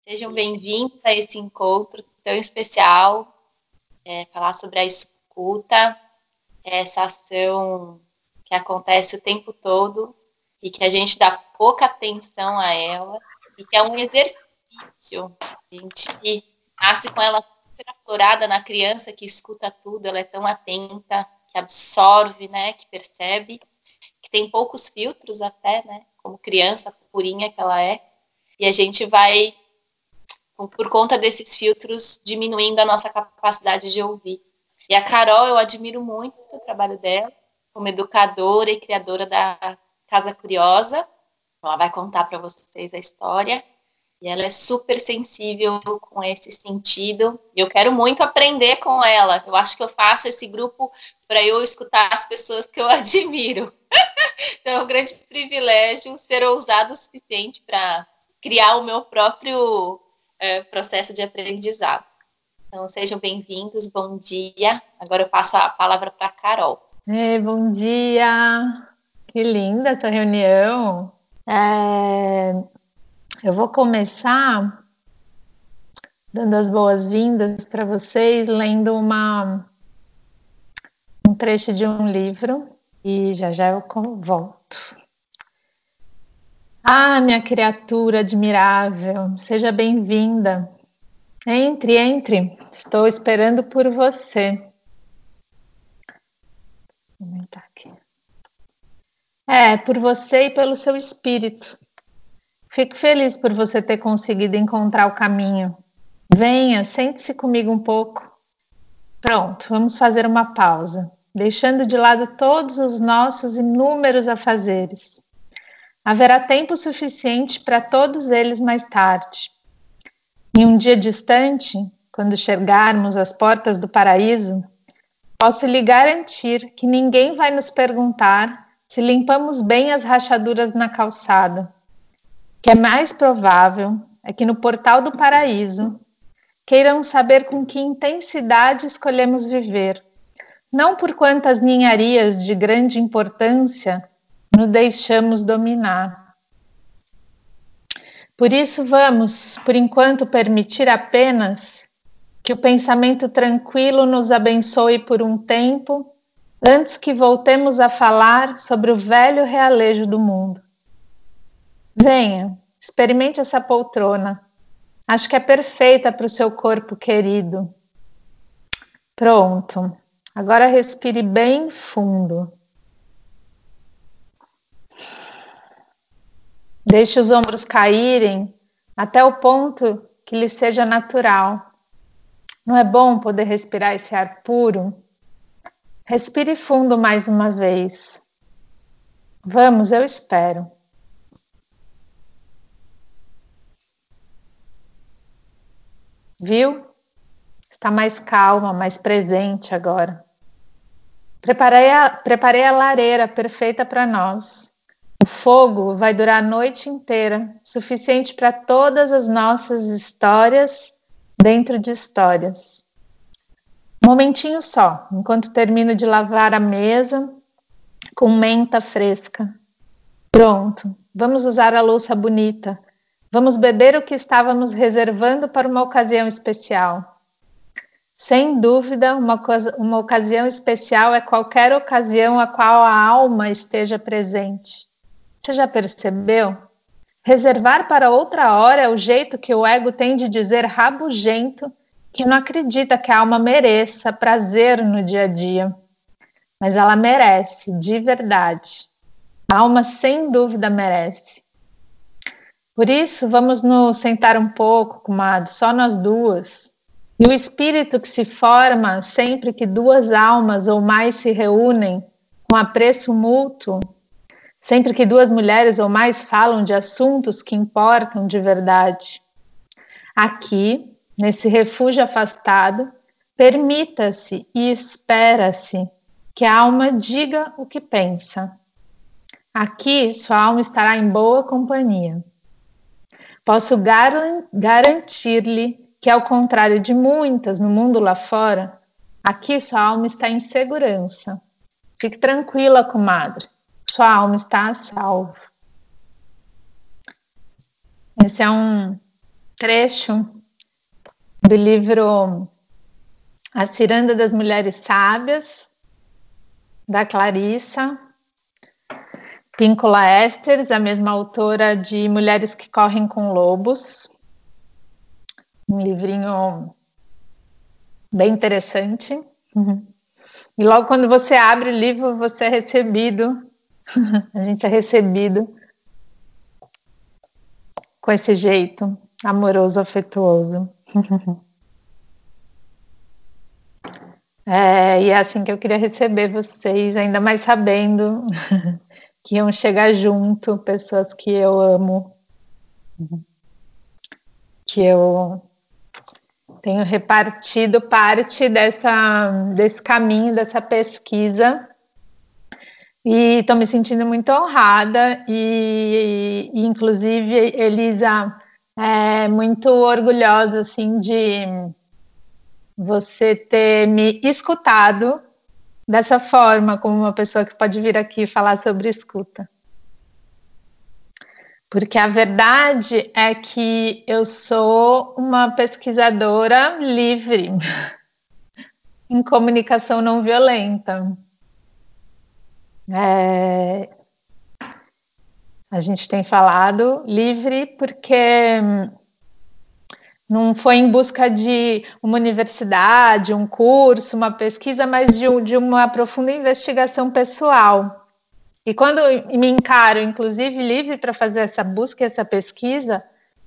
Sejam bem-vindos a esse encontro tão especial, falar sobre a escuta, essa ação que acontece o tempo todo e que a gente dá pouca atenção a ela, e que é um exercício. A gente nasce com ela super aflorada na criança que escuta tudo, ela é tão atenta, que absorve, né, que percebe, que tem poucos filtros até, né, como criança purinha que ela é, e a gente vai, por conta desses filtros, diminuindo a nossa capacidade de ouvir. E a Carol, eu admiro muito o trabalho dela, como educadora e criadora da Casa Curiosa. Ela vai contar para vocês a história. E ela é super sensível com esse sentido. E eu quero muito aprender com ela. Eu acho que eu faço esse grupo para eu escutar as pessoas que eu admiro. Então é um grande privilégio ser ousado o suficiente para criar o meu próprio processo de aprendizado. Então, sejam bem-vindos, bom dia. Agora eu passo a palavra para a Carol. Bom dia, que linda essa reunião. Eu vou começar dando as boas-vindas para vocês, lendo um trecho de um livro e já eu volto. Minha criatura admirável, seja bem-vinda. Entre, estou esperando por você. Vou aumentar aqui. Por você e pelo seu espírito. Fico feliz por você ter conseguido encontrar o caminho. Venha, sente-se comigo um pouco. Pronto, vamos fazer uma pausa, deixando de lado todos os nossos inúmeros afazeres. Haverá tempo suficiente para todos eles mais tarde. Em um dia distante, quando chegarmos às portas do paraíso, posso lhe garantir que ninguém vai nos perguntar se limpamos bem as rachaduras na calçada. O que é mais provável é que no portal do paraíso queiram saber com que intensidade escolhemos viver, não por quantas ninharias de grande importância nos deixamos dominar. Por isso vamos, por enquanto, permitir apenas que o pensamento tranquilo nos abençoe por um tempo, antes que voltemos a falar sobre o velho realejo do mundo. Venha, experimente essa poltrona. Acho que é perfeita para o seu corpo querido. Pronto. Agora respire bem fundo. Deixe os ombros caírem até o ponto que lhe seja natural. Não é bom poder respirar esse ar puro? Respire fundo mais uma vez. Vamos, eu espero. Viu? Está mais calma, mais presente agora. Preparei a lareira perfeita para nós. O fogo vai durar a noite inteira, suficiente para todas as nossas histórias dentro de histórias. Um momentinho só, enquanto termino de lavar a mesa com menta fresca. Pronto, vamos usar a louça bonita. Vamos beber o que estávamos reservando para uma ocasião especial. Sem dúvida, uma ocasião especial é qualquer ocasião a qual a alma esteja presente. Você já percebeu? Reservar para outra hora é o jeito que o ego tem de dizer rabugento que não acredita que a alma mereça prazer no dia a dia. Mas ela merece, de verdade. A alma, sem dúvida, merece. Por isso, vamos nos sentar um pouco, comadre, só nós duas. E o espírito que se forma sempre que duas almas ou mais se reúnem com apreço mútuo, sempre que duas mulheres ou mais falam de assuntos que importam de verdade. Aqui, nesse refúgio afastado, permita-se e espera-se que a alma diga o que pensa. Aqui, sua alma estará em boa companhia. Posso garantir-lhe que, ao contrário de muitas no mundo lá fora, aqui sua alma está em segurança. Fique tranquila, comadre. Sua alma está a salvo. Esse é um trecho do livro A Ciranda das Mulheres Sábias, da Clarissa Píncola Estes, a mesma autora de Mulheres que Correm com Lobos. Um livrinho bem interessante. E logo quando você abre o livro, você é recebido, a gente é recebido com esse jeito amoroso, afetuoso. E é assim que eu queria receber vocês, ainda mais sabendo que iam chegar junto pessoas que eu amo, que eu tenho repartido parte desse caminho, dessa pesquisa, e estou me sentindo muito honrada e inclusive, Elisa, muito orgulhosa assim, de você ter me escutado dessa forma, como uma pessoa que pode vir aqui falar sobre escuta. Porque a verdade é que eu sou uma pesquisadora livre em comunicação não violenta. A gente tem falado livre porque não foi em busca de uma universidade, um curso, uma pesquisa, mas de uma profunda investigação pessoal. E quando eu me encaro, inclusive, livre para fazer essa busca, essa pesquisa,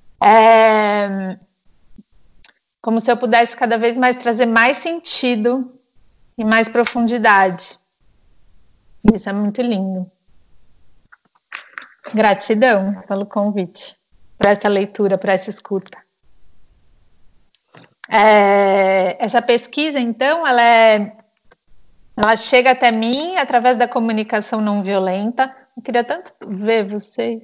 como se eu pudesse cada vez mais trazer mais sentido e mais profundidade. Isso é muito lindo. Gratidão pelo convite, para essa leitura, para essa escuta. Essa pesquisa, então, ela chega até mim através da comunicação não violenta. Eu queria tanto ver vocês.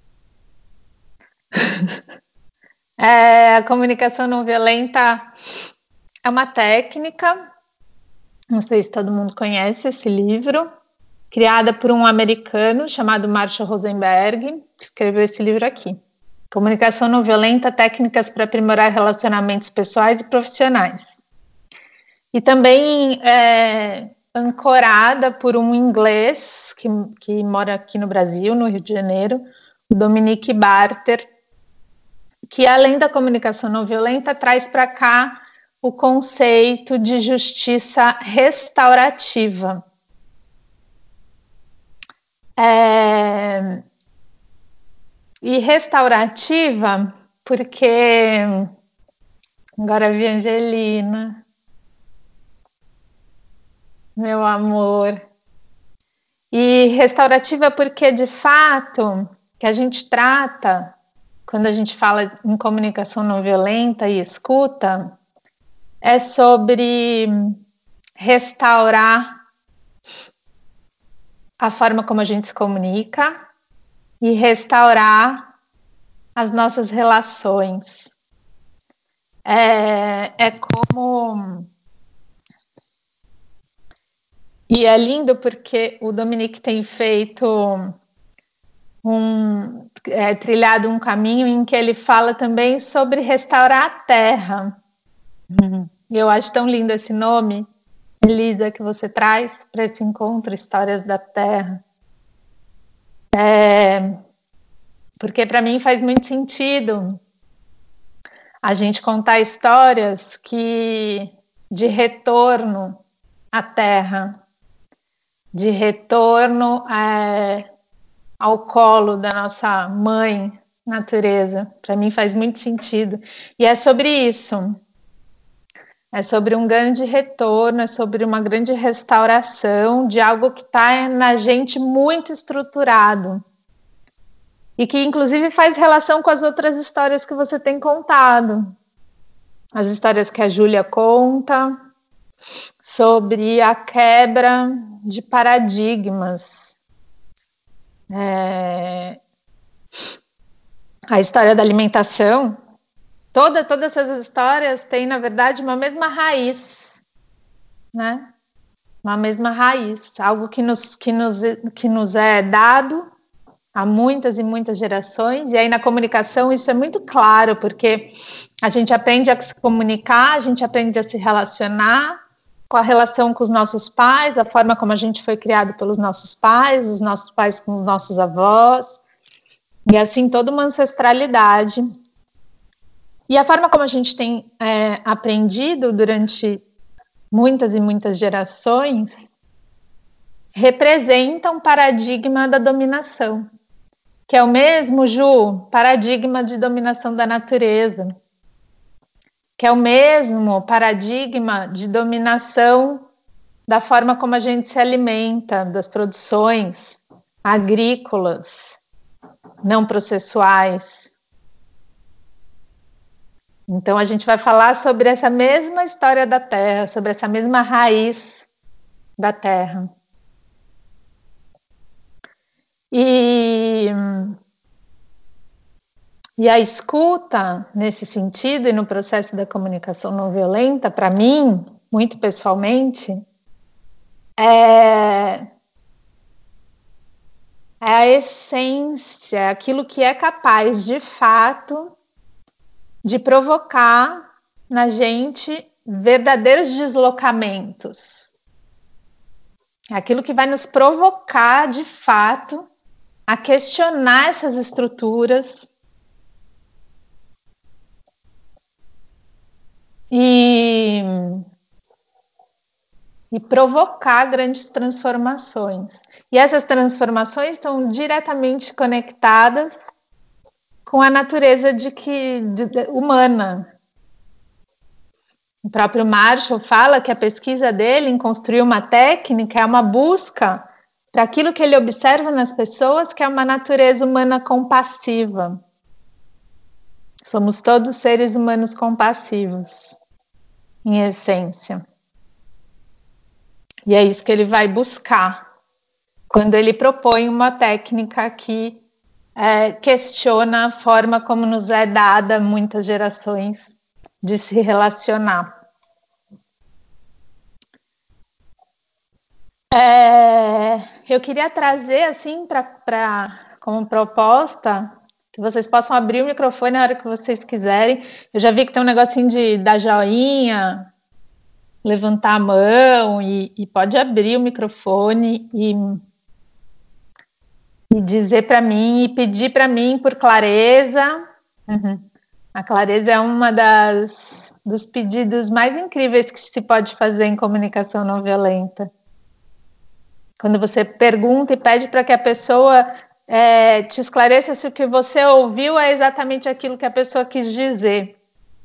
A comunicação não violenta é uma técnica, não sei se todo mundo conhece esse livro, criada por um americano chamado Marshall Rosenberg, que escreveu esse livro aqui. Comunicação não violenta, técnicas para aprimorar relacionamentos pessoais e profissionais. E também ancorada por um inglês que mora aqui no Brasil, no Rio de Janeiro, o Dominique Barter, que além da comunicação não violenta, traz para cá o conceito de justiça restaurativa. E restaurativa porque... Agora vi a Angelina. Meu amor. E restaurativa porque, de fato, que a gente trata, quando a gente fala em comunicação não violenta e escuta, é sobre restaurar a forma como a gente se comunica e restaurar as nossas relações. Como... E é lindo porque o Dominique tem feito trilhado um caminho em que ele fala também sobre restaurar a terra. Eu acho tão lindo esse nome, Elisa, que você traz para esse encontro, Histórias da Terra. Porque para mim faz muito sentido a gente contar histórias de retorno à terra, de retorno ao colo da nossa mãe natureza. Para mim faz muito sentido. E é sobre isso. É sobre um grande retorno, é sobre uma grande restauração de algo que está na gente muito estruturado. E que, inclusive, faz relação com as outras histórias que você tem contado. As histórias que a Júlia conta sobre a quebra de paradigmas. A história da alimentação, todas essas histórias têm, na verdade, uma mesma raiz, né? Uma mesma raiz, algo que nos é dado há muitas e muitas gerações, e aí na comunicação isso é muito claro, porque a gente aprende a se comunicar, a gente aprende a se relacionar com a relação com os nossos pais, a forma como a gente foi criado pelos nossos pais, os nossos pais com os nossos avós, e assim toda uma ancestralidade. E a forma como a gente tem aprendido durante muitas e muitas gerações representa um paradigma da dominação, que é o mesmo, Ju, paradigma de dominação da natureza, que é o mesmo paradigma de dominação da forma como a gente se alimenta, das produções agrícolas, não processuais. Então, a gente vai falar sobre essa mesma história da Terra, sobre essa mesma raiz da Terra. E a escuta, nesse sentido, e no processo da comunicação não violenta, para mim, muito pessoalmente, é a essência, aquilo que é capaz, de fato, de provocar na gente verdadeiros deslocamentos. É aquilo que vai nos provocar, de fato, a questionar essas estruturas e provocar grandes transformações. E essas transformações estão diretamente conectadas com a natureza humana. O próprio Marshall fala que a pesquisa dele em construir uma técnica é uma busca para aquilo que ele observa nas pessoas, que é uma natureza humana compassiva. Somos todos seres humanos compassivos, em essência. E é isso que ele vai buscar quando ele propõe uma técnica que questiona a forma como nos é dada muitas gerações de se relacionar. Eu queria trazer, assim, como proposta, que vocês possam abrir o microfone na hora que vocês quiserem. Eu já vi que tem um negocinho de dar joinha, levantar a mão, e pode abrir o microfone e dizer para mim, e pedir para mim por clareza. Uhum. A clareza é uma dos pedidos mais incríveis que se pode fazer em comunicação não violenta. Quando você pergunta e pede para que a pessoa te esclareça se o que você ouviu é exatamente aquilo que a pessoa quis dizer.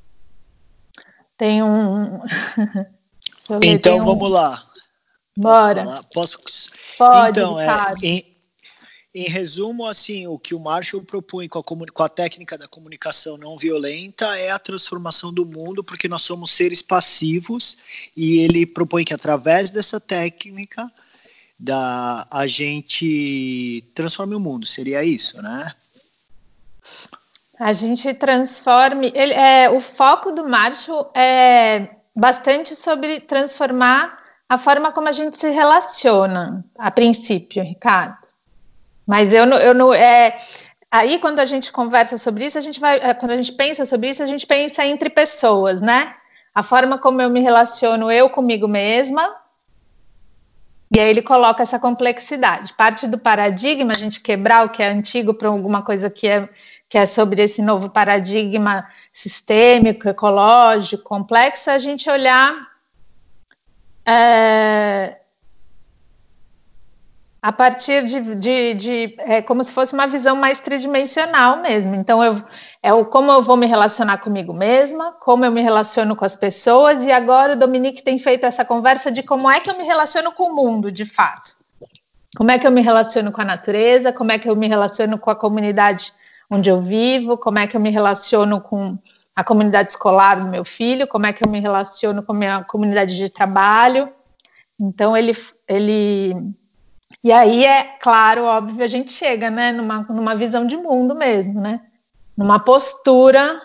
Tem um... Então, vamos lá. Bora. Posso? Pode, então, Ricardo. Em resumo, assim, o que o Marshall propõe com a técnica da comunicação não violenta é a transformação do mundo, porque nós somos seres passivos, e ele propõe que através dessa técnica a gente transforme o mundo. Seria isso, né? A gente transforme... o foco do Marshall é bastante sobre transformar a forma como a gente se relaciona, a princípio, Ricardo. Mas aí, quando a gente conversa sobre isso, quando a gente pensa sobre isso, a gente pensa entre pessoas, né? A forma como eu me relaciono eu comigo mesma, e aí ele coloca essa complexidade. Parte do paradigma, a gente quebrar o que é antigo para alguma coisa que é sobre esse novo paradigma sistêmico, ecológico, complexo, a gente olhar a partir de como se fosse uma visão mais tridimensional mesmo. Então, como eu vou me relacionar comigo mesma, como eu me relaciono com as pessoas, e agora o Dominique tem feito essa conversa de como é que eu me relaciono com o mundo, de fato. Como é que eu me relaciono com a natureza, como é que eu me relaciono com a comunidade onde eu vivo, como é que eu me relaciono com a comunidade escolar do meu filho, como é que eu me relaciono com a minha comunidade de trabalho. Então, e aí, claro, óbvio, a gente chega, né, numa visão de mundo mesmo, né? Numa postura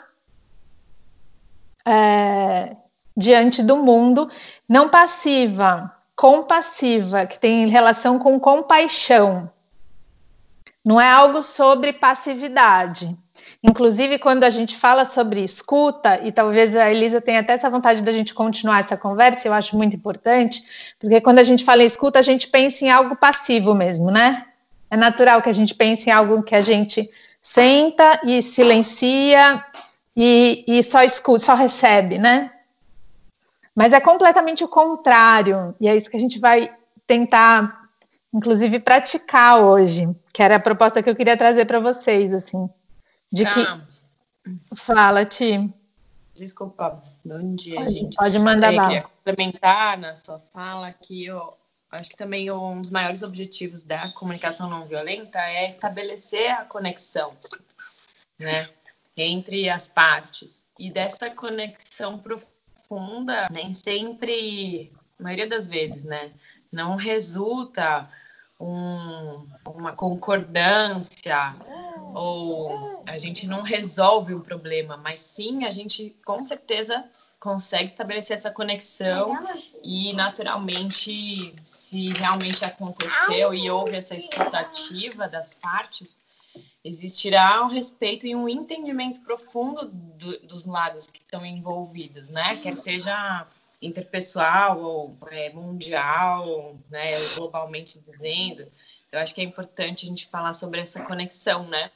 diante do mundo, não passiva, compassiva, que tem relação com compaixão. Não é algo sobre passividade. Inclusive, quando a gente fala sobre escuta, e talvez a Elisa tenha até essa vontade da gente continuar essa conversa, eu acho muito importante, porque quando a gente fala em escuta, a gente pensa em algo passivo mesmo, né? É natural que a gente pense em algo que a gente senta e silencia e só escuta, só recebe, né? Mas é completamente o contrário, e é isso que a gente vai tentar, inclusive, praticar hoje, que era a proposta que eu queria trazer para vocês, assim. De que... Fala, Ti. Desculpa, bom dia, gente. Pode mandar Eu bala. queria complementar na sua fala que eu acho que também um dos maiores objetivos da comunicação não violenta é estabelecer a conexão, né, entre as partes. E dessa conexão profunda, nem sempre, a maioria das vezes, né, não resulta uma concordância, ou a gente não resolve um problema, mas sim a gente com certeza consegue estabelecer essa conexão e naturalmente, se realmente aconteceu e houve essa escutativa das partes, existirá um respeito e um entendimento profundo dos lados que estão envolvidos, né? Quer seja interpessoal ou mundial, né? Globalmente dizendo. Eu acho que é importante a gente falar sobre essa conexão, né?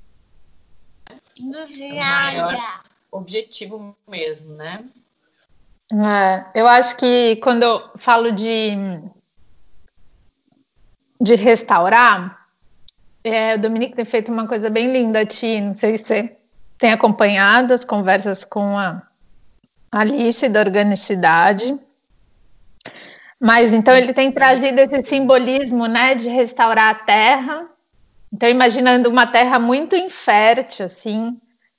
É o maior objetivo mesmo, né? Eu acho que quando eu falo de restaurar, o Dominique tem feito uma coisa bem linda, Ti, não sei se você tem acompanhado as conversas com a Alice da Organicidade, mas então ele tem trazido esse simbolismo, né, de restaurar a terra. Então, imaginando uma terra muito infértil, assim,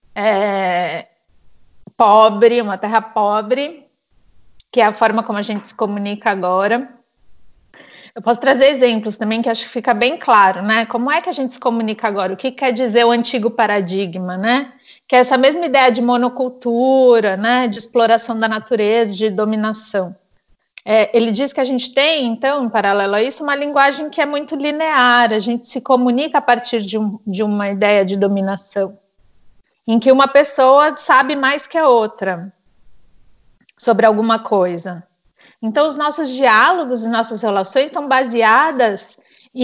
pobre, uma terra pobre, que é a forma como a gente se comunica agora. Eu posso trazer exemplos também que acho que fica bem claro, né? Como é que a gente se comunica agora? O que quer dizer o antigo paradigma, né? Que é essa mesma ideia de monocultura, né? De exploração da natureza, de dominação. Ele diz que a gente tem, então, em paralelo a isso, uma linguagem que é muito linear, a gente se comunica a partir de uma ideia de dominação, em que uma pessoa sabe mais que a outra sobre alguma coisa. Então, os nossos diálogos e nossas relações estão baseadas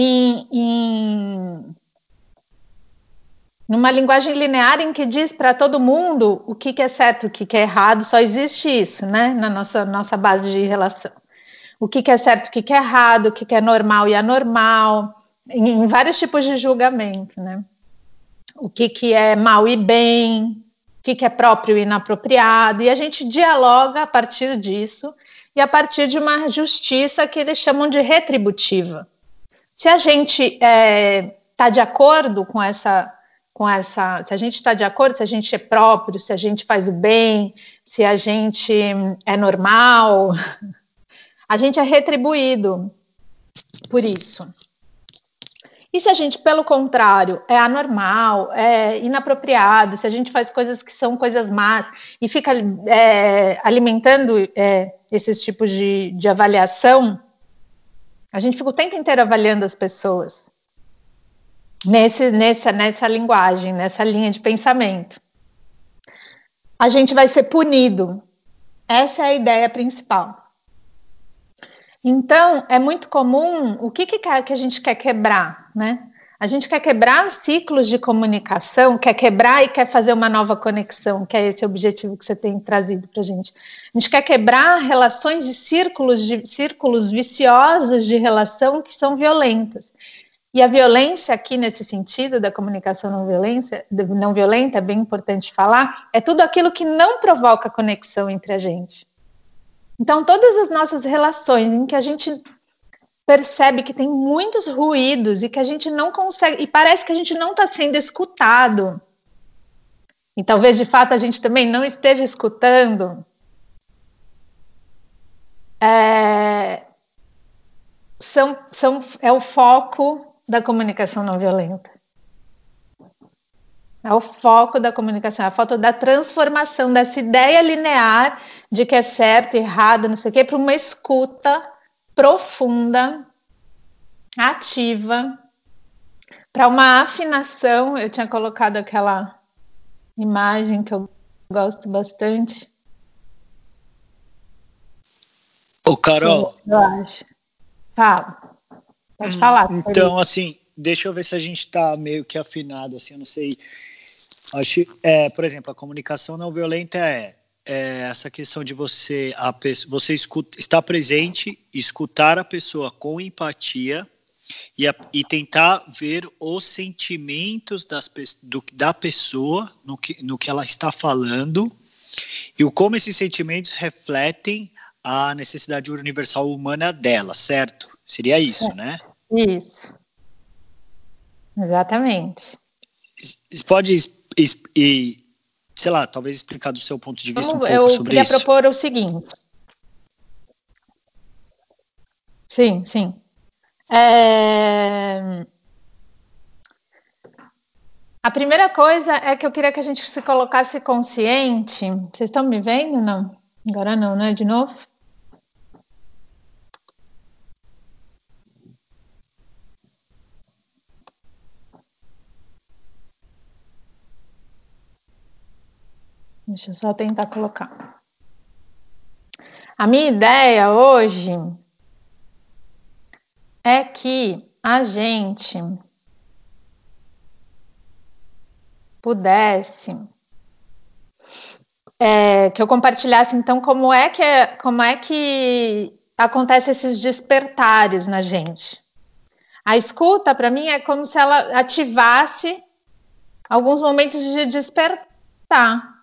numa linguagem linear em que diz para todo mundo o que é certo, o que é errado, só existe isso, né, na nossa base de relação. O que é certo, o que é errado, o que é normal e anormal, em vários tipos de julgamento, né? O que é mal e bem, o que é próprio e inapropriado, e a gente dialoga a partir disso e a partir de uma justiça que eles chamam de retributiva. Se a gente está de acordo com essa, se a gente está de acordo, se a gente é próprio, se a gente faz o bem, se a gente é normal, a gente é retribuído por isso. E se a gente, pelo contrário, é anormal, é inapropriado, se a gente faz coisas que são coisas más e fica alimentando esses tipos de avaliação, a gente fica o tempo inteiro avaliando as pessoas nessa linguagem, nessa linha de pensamento. A gente vai ser punido. Essa é a ideia principal. Então, é muito comum, o que a gente quer quebrar, né? A gente quer quebrar ciclos de comunicação, quer quebrar e quer fazer uma nova conexão, que é esse objetivo que você tem trazido para a gente. A gente quer quebrar relações e círculos viciosos de relação que são violentas. E a violência aqui, nesse sentido, da comunicação não violenta, é bem importante falar, é tudo aquilo que não provoca conexão entre a gente. Então, todas as nossas relações em que a gente percebe que tem muitos ruídos e que a gente não consegue, e parece que a gente não está sendo escutado, e talvez de fato a gente também não esteja escutando, é o foco da comunicação não violenta. É o foco da comunicação, é a foto da transformação dessa ideia linear de que é certo, errado, não sei o quê, para uma escuta profunda, ativa, Para uma afinação, eu tinha colocado aquela imagem que eu gosto bastante. Ô, Carol. Eu acho. Fala. Pode falar. Então, assim, deixa eu ver se a gente está meio que afinado, assim, eu não sei. Acho, por exemplo, a comunicação não violenta é essa questão de você estar presente, escutar a pessoa com empatia e tentar ver os sentimentos da pessoa no que ela está falando e como esses sentimentos refletem a necessidade universal humana dela, certo? Seria isso, né? Isso. Exatamente. Pode, sei lá, talvez explicar do seu ponto de vista um pouco sobre isso? Eu queria propor o seguinte. Sim. A primeira coisa é que eu queria que a gente se colocasse consciente. Vocês estão me vendo? Não? Agora não, né? De novo? Deixa eu só tentar colocar. A minha ideia hoje é que a gente pudesse que eu compartilhasse então como é que acontece esses despertares na gente. A escuta para mim é como se ela ativasse alguns momentos de despertar.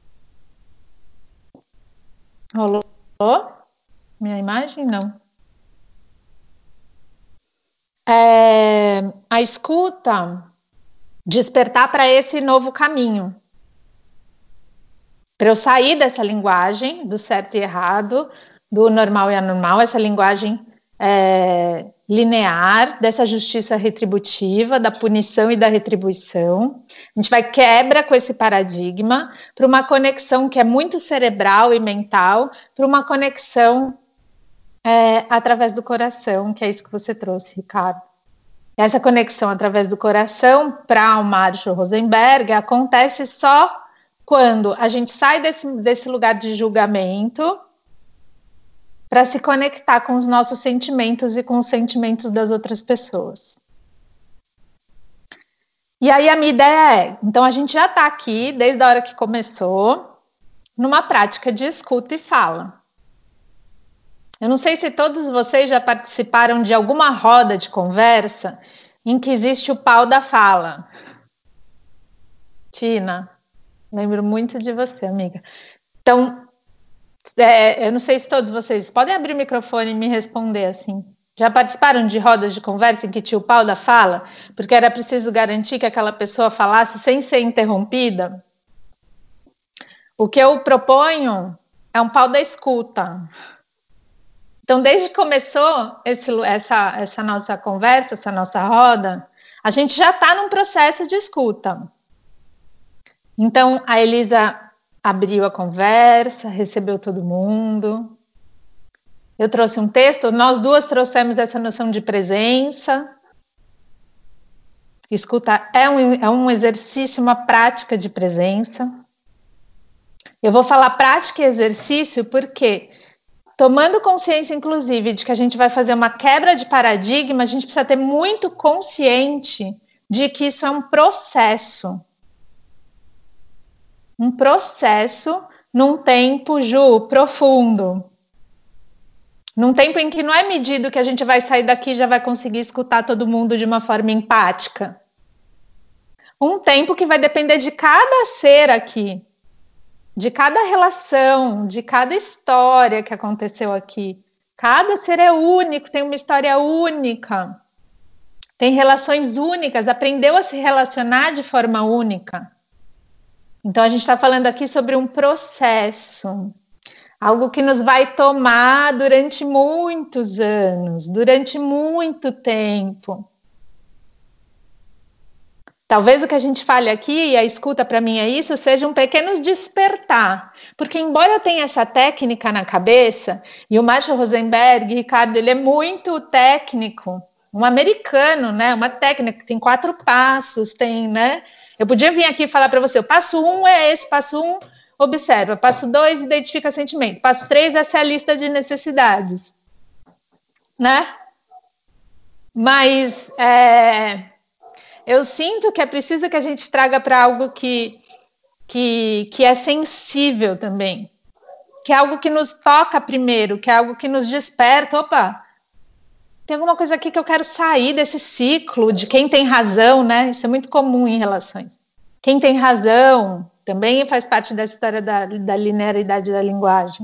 Rolou? Minha imagem? Não. A escuta despertar para esse novo caminho. Para eu sair dessa linguagem do certo e errado, do normal e anormal, essa linguagem linear, dessa justiça retributiva, da punição e da retribuição. A gente vai quebra com esse paradigma para uma conexão que é muito cerebral e mental, para uma conexão através do coração, que é isso que você trouxe, Ricardo. Essa conexão através do coração, para o Marshall Rosenberg, acontece só quando a gente sai desse lugar de julgamento para se conectar com os nossos sentimentos e com os sentimentos das outras pessoas. E aí a minha ideia então a gente já está aqui, desde a hora que começou, numa prática de escuta e fala. Eu não sei se todos vocês já participaram de alguma roda de conversa em que existe o pau da fala. Tina, lembro muito de você, amiga. Então, eu não sei se todos vocês podem abrir o microfone e me responder assim. Já participaram de rodas de conversa em que tinha o pau da fala? Porque era preciso garantir que aquela pessoa falasse sem ser interrompida? O que eu proponho é um pau da escuta. Então, desde que começou essa nossa conversa, essa nossa roda, a gente já está num processo de escuta. Então, a Elisa abriu a conversa, recebeu todo mundo. Eu trouxe um texto, nós duas trouxemos essa noção de presença. Escuta é um exercício, uma prática de presença. Eu vou falar prática e exercício porque, tomando consciência, inclusive, de que a gente vai fazer uma quebra de paradigma, a gente precisa ter muito consciente de que isso é um processo. Um processo num tempo, Ju, profundo. Num tempo em que não é medido que a gente vai sair daqui e já vai conseguir escutar todo mundo de uma forma empática. Um tempo que vai depender de cada ser aqui, de cada relação, de cada história que aconteceu aqui. Cada ser é único, tem uma história única, tem relações únicas, aprendeu a se relacionar de forma única. Então, a gente está falando aqui sobre um processo, algo que nos vai tomar durante muitos anos, durante muito tempo. Talvez o que a gente fale aqui, e a escuta para mim é isso, seja um pequeno despertar. Porque embora eu tenha essa técnica na cabeça, e o Marshall Rosenberg, Ricardo, ele é muito técnico um americano, né? Uma técnica que tem 4 passos, tem, né? Eu podia vir aqui e falar para você, o passo 1 é esse, passo 1, observa, passo 2, identifica sentimento, passo 3, essa é a lista de necessidades, né? Mas eu sinto que é preciso que a gente traga para algo que é sensível também, que é algo que nos toca primeiro, que é algo que nos desperta. Opa, tem alguma coisa aqui que eu quero sair desse ciclo de quem tem razão, né? Isso é muito comum em relações. Quem tem razão também faz parte dessa história da linearidade da linguagem,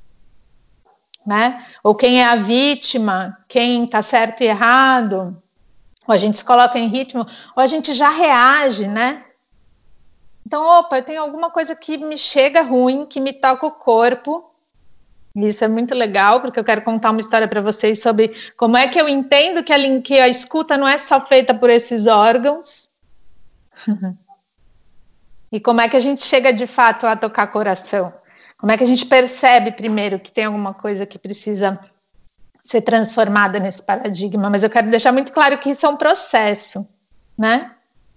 né? Ou quem é a vítima, quem está certo e errado, ou a gente se coloca em ritmo, ou a gente já reage, né? Então, opa, eu tenho alguma coisa que me chega ruim, que me toca o corpo. Isso é muito legal, porque eu quero contar uma história para vocês sobre como é que eu entendo que a escuta não é só feita por esses órgãos. E como é que a gente chega de fato a tocar coração? Como é que a gente percebe primeiro que tem alguma coisa que precisa ser transformada nesse paradigma? Mas eu quero deixar muito claro que isso é um processo, né?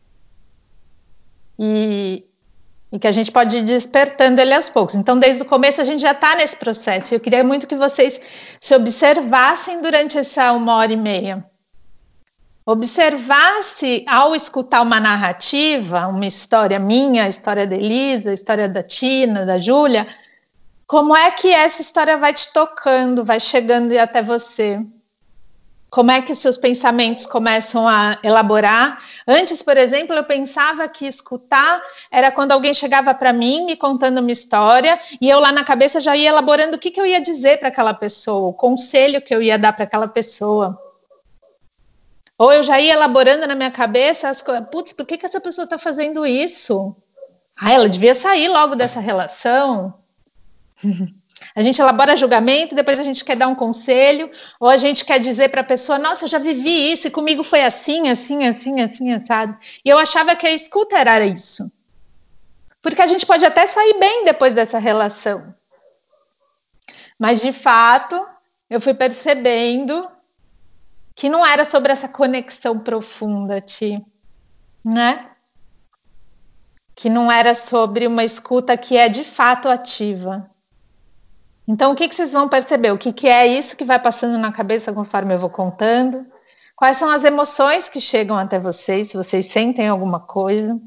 E que a gente pode ir despertando ele aos poucos. Então, desde o começo, a gente já está nesse processo. Eu queria muito que vocês se observassem durante essa 1h30. Observasse, ao escutar uma narrativa, uma história minha, a história da Elisa, a história da Tina, da Júlia, como é que essa história vai te tocando, vai chegando até você. Como é que os seus pensamentos começam a elaborar? Antes, por exemplo, eu pensava que escutar era quando alguém chegava para mim me contando uma história e eu lá na cabeça já ia elaborando o que eu ia dizer para aquela pessoa, o conselho que eu ia dar para aquela pessoa. Ou eu já ia elaborando na minha cabeça as coisas. Putz, por que essa pessoa está fazendo isso? Ah, ela devia sair logo dessa relação. A gente elabora julgamento, depois a gente quer dar um conselho, ou a gente quer dizer para a pessoa, nossa, eu já vivi isso, e comigo foi assim, assim, assim, assim, assado. E eu achava que a escuta era isso. Porque a gente pode até sair bem depois dessa relação. Mas, de fato, eu fui percebendo que não era sobre essa conexão profunda, Ti, né? Que não era sobre uma escuta que é, de fato, ativa. Então, o que vocês vão perceber? O que é isso que vai passando na cabeça conforme eu vou contando? Quais são as emoções que chegam até vocês, se vocês sentem alguma coisa?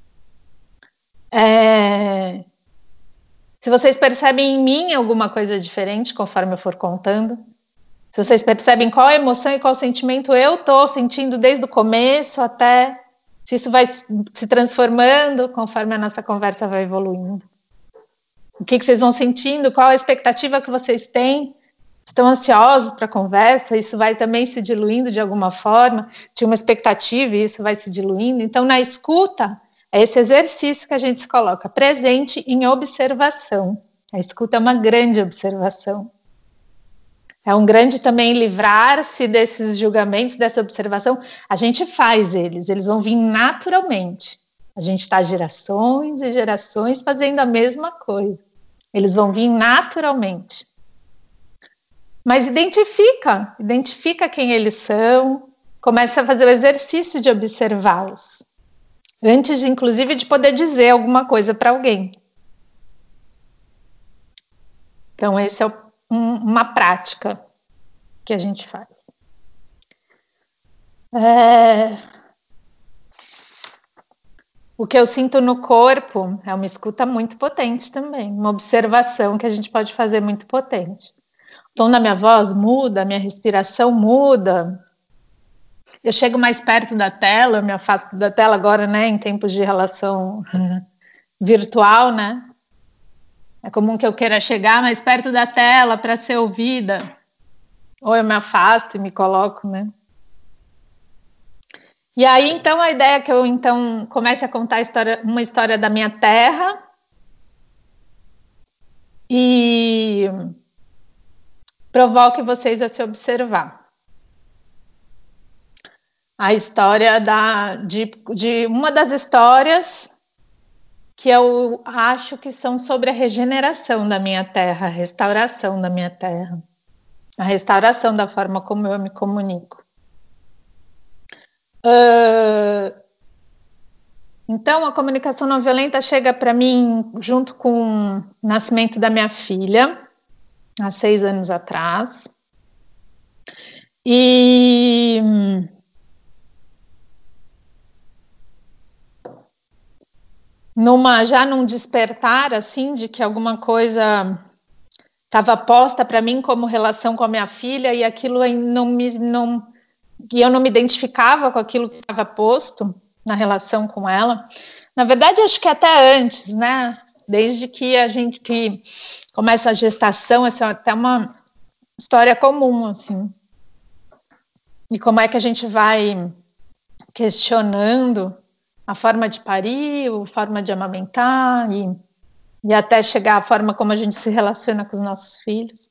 Se vocês percebem em mim alguma coisa diferente conforme eu for contando? Se vocês percebem qual a emoção e qual sentimento eu estou sentindo desde o começo até... Se isso vai se transformando conforme a nossa conversa vai evoluindo. O que vocês vão sentindo, qual a expectativa que vocês têm, estão ansiosos para a conversa, isso vai também se diluindo de alguma forma, tinha uma expectativa e isso vai se diluindo. Então, na escuta, é esse exercício que a gente se coloca, presente em observação. A escuta é uma grande observação. É um grande também livrar-se desses julgamentos, dessa observação. A gente faz eles vão vir naturalmente. A gente está gerações e gerações fazendo a mesma coisa. Eles vão vir naturalmente. Mas identifica quem eles são, começa a fazer o exercício de observá-los. Antes, inclusive, de poder dizer alguma coisa para alguém. Então, essa é uma prática que a gente faz. O que eu sinto no corpo é uma escuta muito potente também, uma observação que a gente pode fazer muito potente. O tom da minha voz muda, a minha respiração muda. Eu chego mais perto da tela, eu me afasto da tela agora, né, em tempos de relação virtual, né? É comum que eu queira chegar mais perto da tela para ser ouvida. Ou eu me afasto e me coloco, né? E aí, então, a ideia é que eu comece a contar uma história da minha terra e provoque vocês a se observar. A história de uma das histórias que eu acho que são sobre a regeneração da minha terra, a restauração da minha terra, a restauração da forma como eu me comunico. Então, a comunicação não violenta chega para mim junto com o nascimento da minha filha, há 6 anos atrás. E já num despertar, assim, de que alguma coisa estava posta para mim como relação com a minha filha, e aquilo e eu não me identificava com aquilo que estava posto na relação com ela. Na verdade, acho que até antes, né? Desde que a gente começa a gestação, essa é até uma história comum, assim. E como é que a gente vai questionando a forma de parir, a forma de amamentar, e até chegar à forma como a gente se relaciona com os nossos filhos.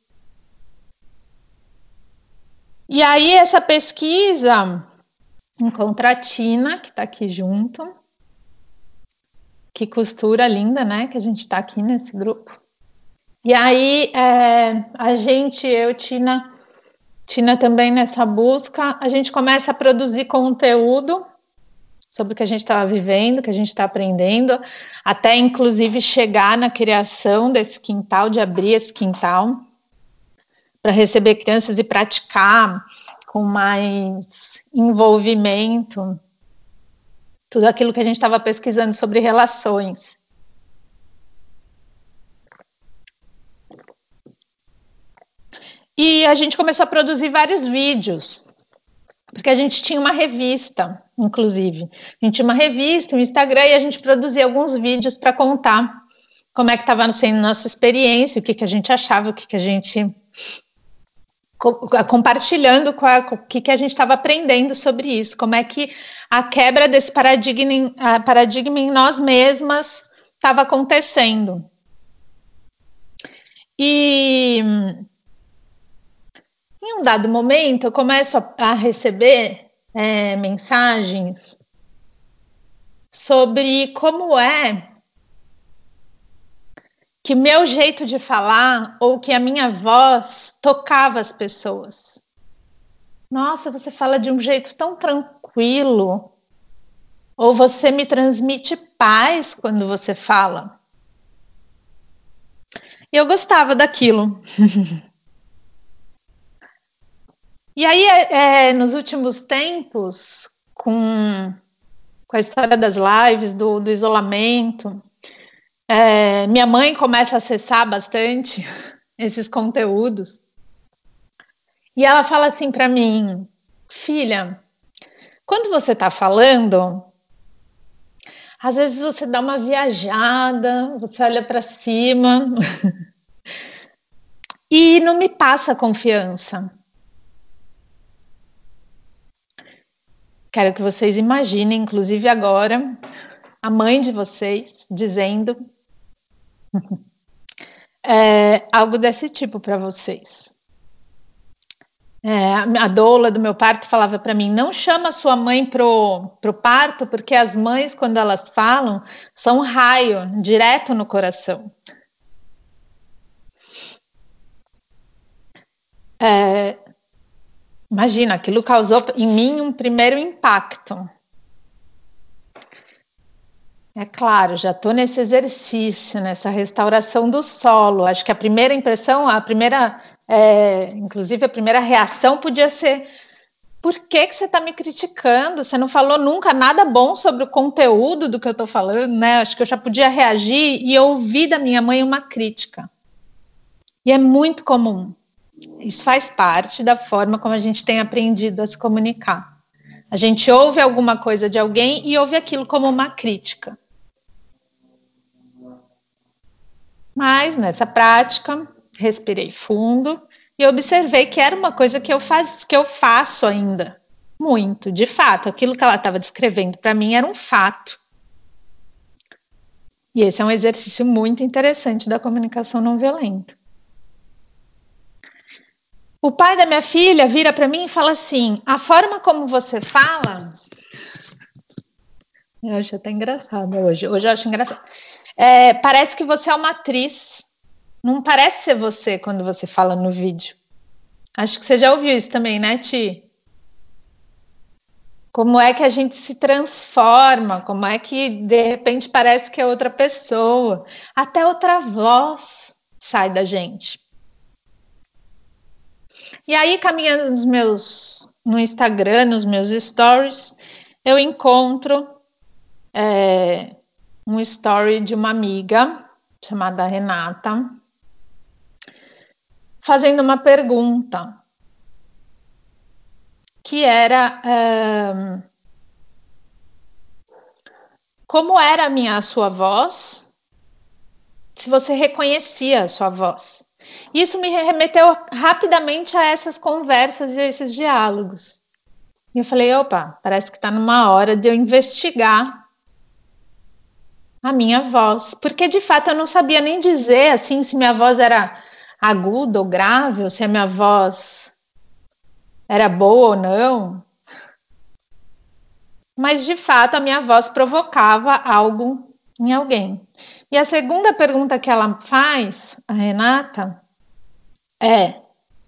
E aí, essa pesquisa encontra a Tina, que está aqui junto, que costura linda, né? Que a gente está aqui nesse grupo. E aí, eu, Tina também nessa busca, a gente começa a produzir conteúdo sobre o que a gente estava vivendo, o que a gente está aprendendo, até inclusive chegar na criação desse quintal, de abrir esse quintal, para receber crianças e praticar com mais envolvimento tudo aquilo que a gente estava pesquisando sobre relações. E a gente começou a produzir vários vídeos, porque a gente tinha uma revista, inclusive. A gente tinha uma revista, um Instagram, e a gente produzia alguns vídeos para contar como é que estava sendo nossa experiência, o que a gente achava, o que a gente... compartilhando o que a gente estava aprendendo sobre isso, como é que a quebra desse paradigma em nós mesmas estava acontecendo. E em um dado momento eu começo a receber mensagens sobre como é que o meu jeito de falar ou que a minha voz tocava as pessoas. Nossa, você fala de um jeito tão tranquilo. Ou você me transmite paz quando você fala. E eu gostava daquilo. E aí, nos últimos tempos, com a história das lives, do isolamento, minha mãe começa a acessar bastante esses conteúdos. E ela fala assim para mim: filha, quando você está falando, às vezes você dá uma viajada, você olha para cima e não me passa confiança. Quero que vocês imaginem, inclusive agora, a mãe de vocês dizendo algo desse tipo para vocês. A doula do meu parto falava para mim: não chama sua mãe pro parto, porque as mães, quando elas falam, são um raio direto no coração. Imagina, aquilo causou em mim um primeiro impacto. É claro, já estou nesse exercício, nessa restauração do solo. Acho que a primeira impressão, inclusive a primeira reação podia ser: por que você está me criticando? Você não falou nunca nada bom sobre o conteúdo do que eu estou falando, né? Acho que eu já podia reagir e ouvir da minha mãe uma crítica. E é muito comum. Isso faz parte da forma como a gente tem aprendido a se comunicar. A gente ouve alguma coisa de alguém e ouve aquilo como uma crítica. Mas, nessa prática, respirei fundo e observei que era uma coisa que eu faço ainda muito. De fato, aquilo que ela estava descrevendo para mim era um fato. E esse é um exercício muito interessante da comunicação não violenta. O pai da minha filha vira para mim e fala assim: a forma como você fala... Eu acho até engraçado hoje. Hoje eu acho engraçado. Parece que você é uma atriz. Não parece ser você quando você fala no vídeo. Acho que você já ouviu isso também, né, Ti? Como é que a gente se transforma, como é que de repente parece que é outra pessoa, até outra voz sai da gente. E aí, caminhando no Instagram, nos meus stories, eu encontro um story de uma amiga chamada Renata, fazendo uma pergunta, que era como era a sua voz, se você reconhecia a sua voz. Isso me remeteu rapidamente a essas conversas e a esses diálogos. E eu falei, opa, parece que está numa hora de eu investigar a minha voz. Porque, de fato, eu não sabia nem dizer assim se minha voz era aguda ou grave, ou se a minha voz era boa ou não. Mas, de fato, a minha voz provocava algo em alguém. E a segunda pergunta que ela faz, a Renata, é: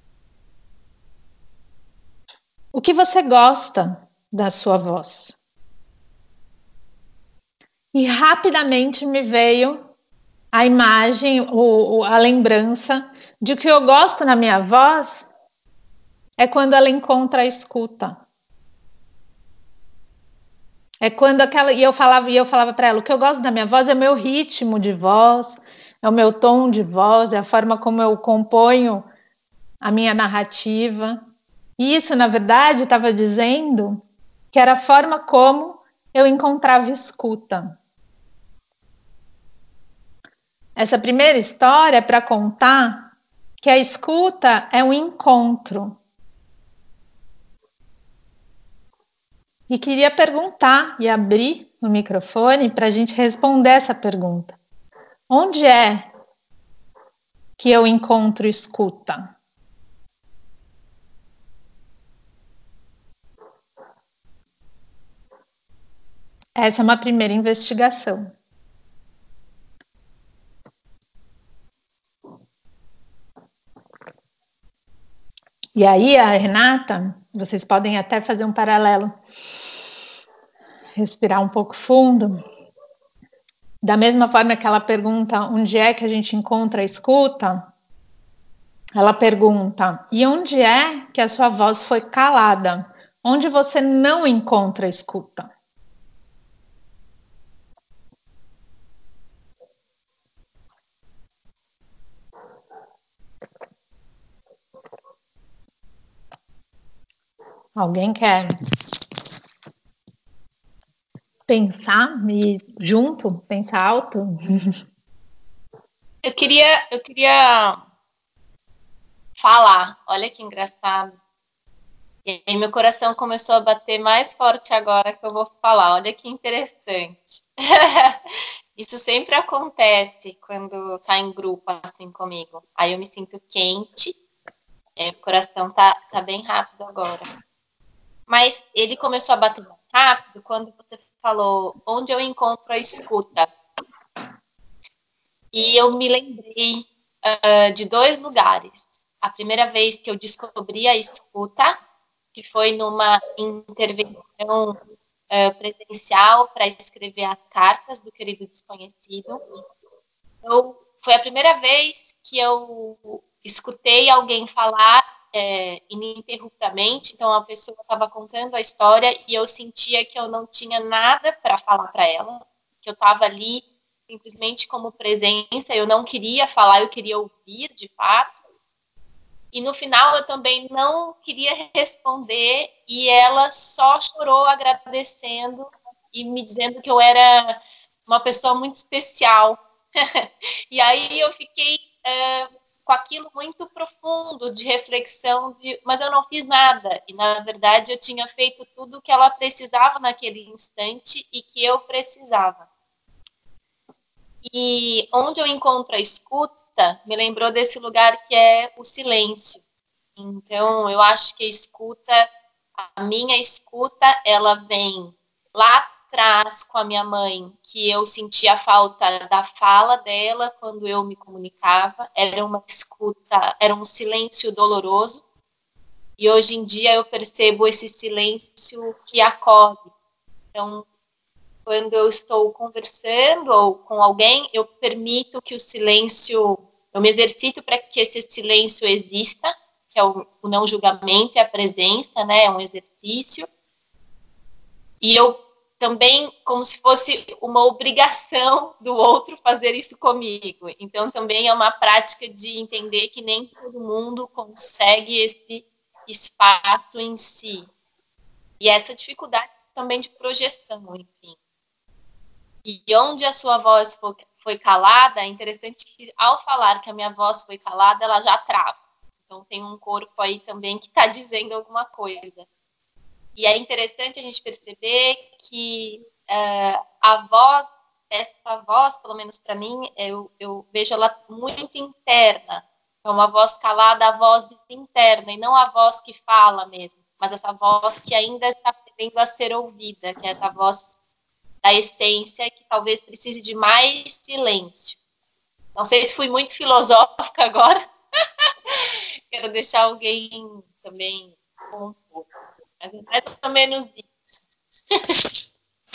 o que você gosta da sua voz? E rapidamente me veio a imagem, a lembrança de que eu gosto na minha voz é quando ela encontra a escuta. É quando e eu falava para ela, o que eu gosto da minha voz é o meu ritmo de voz, é o meu tom de voz, é a forma como eu componho a minha narrativa. E isso, na verdade, estava dizendo que era a forma como eu encontrava escuta. Essa primeira história é para contar que a escuta é um encontro. E queria perguntar e abrir o microfone para a gente responder essa pergunta. Onde é que eu encontro escuta? Essa é uma primeira investigação. E aí, a Renata, vocês podem até fazer um paralelo, respirar um pouco fundo. Da mesma forma que ela pergunta onde é que a gente encontra a escuta, ela pergunta, e onde é que a sua voz foi calada? Onde você não encontra a escuta? Alguém quer pensar e junto, pensar alto? Eu queria falar, olha que engraçado. E aí meu coração começou a bater mais forte agora que eu vou falar, olha que interessante. Isso sempre acontece quando tá em grupo assim comigo. Aí eu me sinto quente, o coração tá bem rápido agora. Mas ele começou a bater mais rápido quando você falou onde eu encontro a escuta. E eu me lembrei de 2 lugares. A primeira vez que eu descobri a escuta, que foi numa intervenção presencial para escrever as cartas do querido desconhecido. Foi a primeira vez que eu escutei alguém falar ininterruptamente. Então, a pessoa estava contando a história e eu sentia que eu não tinha nada para falar para ela, que eu estava ali simplesmente como presença, eu não queria falar, eu queria ouvir de fato. E no final eu também não queria responder e ela só chorou agradecendo e me dizendo que eu era uma pessoa muito especial. E aí eu fiquei com aquilo muito profundo de reflexão, mas eu não fiz nada. E na verdade eu tinha feito tudo o que ela precisava naquele instante e que eu precisava. E onde eu encontro a escuta, me lembrou desse lugar que é o silêncio. Então, eu acho que a minha escuta, ela vem lá atrás com a minha mãe, que eu sentia falta da fala dela quando eu me comunicava. Era uma escuta, era um silêncio doloroso. E hoje em dia eu percebo esse silêncio que acolhe. Então, quando eu estou conversando ou com alguém, eu permito que o silêncio, eu me exercito para que esse silêncio exista, que é o não julgamento e a presença, né? É um exercício. E eu também, como se fosse uma obrigação do outro fazer isso comigo. Então, também é uma prática de entender que nem todo mundo consegue esse espaço em si. E essa dificuldade também de projeção, enfim. E onde a sua voz foi calada, é interessante que, ao falar que a minha voz foi calada, ela já trava. Então, tem um corpo aí também que está dizendo alguma coisa. E é interessante a gente perceber que a voz, essa voz, pelo menos para mim, eu vejo ela muito interna. É uma voz calada, a voz interna, e não a voz que fala mesmo, mas essa voz que ainda está tendendo a ser ouvida, que é essa voz da essência, que talvez precise de mais silêncio. Não sei se fui muito filosófica agora. Quero deixar alguém também com um pouco. Mas é mais ou menos isso.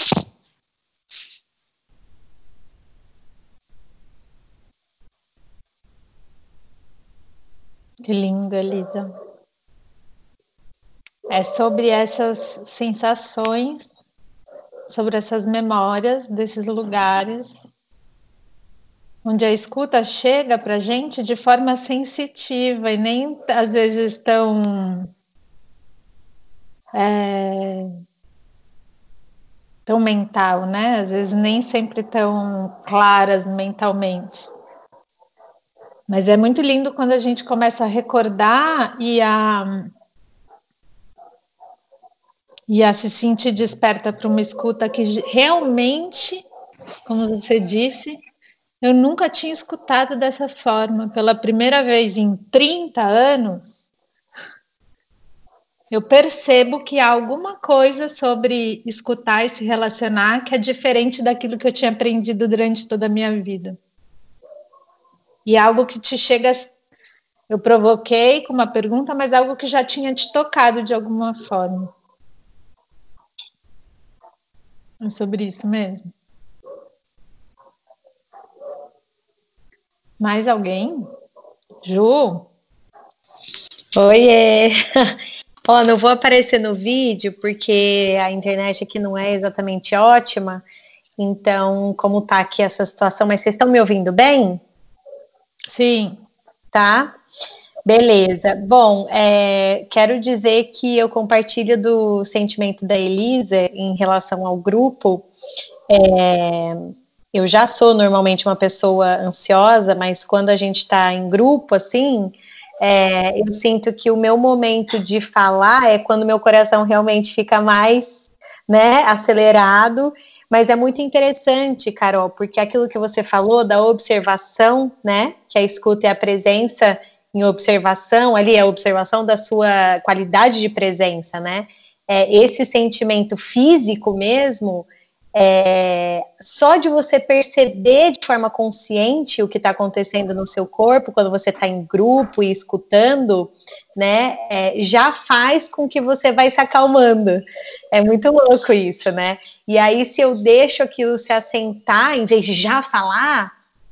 Que lindo, Elisa. É sobre essas sensações, sobre essas memórias desses lugares, onde a escuta chega para a gente de forma sensitiva e nem às vezes tão mental, né? Às vezes nem sempre tão claras mentalmente. Mas é muito lindo quando a gente começa a recordar e a se sentir desperta para uma escuta que realmente, como você disse, eu nunca tinha escutado dessa forma. Pela primeira vez em 30 anos, eu percebo que há alguma coisa sobre escutar e se relacionar que é diferente daquilo que eu tinha aprendido durante toda a minha vida. E algo que te chega... Eu provoquei com uma pergunta, mas algo que já tinha te tocado de alguma forma. É sobre isso mesmo. Mais alguém? Ju? Oiê! Ó, não vou aparecer no vídeo porque a internet aqui não é exatamente ótima. Então, como tá aqui essa situação, mas vocês estão me ouvindo bem? Sim. Tá? Beleza. Bom, quero dizer que eu compartilho do sentimento da Elisa em relação ao grupo. Eu já sou normalmente uma pessoa ansiosa, mas quando a gente está em grupo, assim, eu sinto que o meu momento de falar é quando meu coração realmente fica mais, né, acelerado. Mas é muito interessante, Carol, porque aquilo que você falou da observação, né, que a escuta é a presença em observação, ali é a observação da sua qualidade de presença, né? Esse sentimento físico mesmo, só de você perceber de forma consciente o que está acontecendo no seu corpo, quando você está em grupo e escutando, né, já faz com que você vai se acalmando. É muito louco isso, né? E aí, se eu deixo aquilo se assentar, em vez de já falar,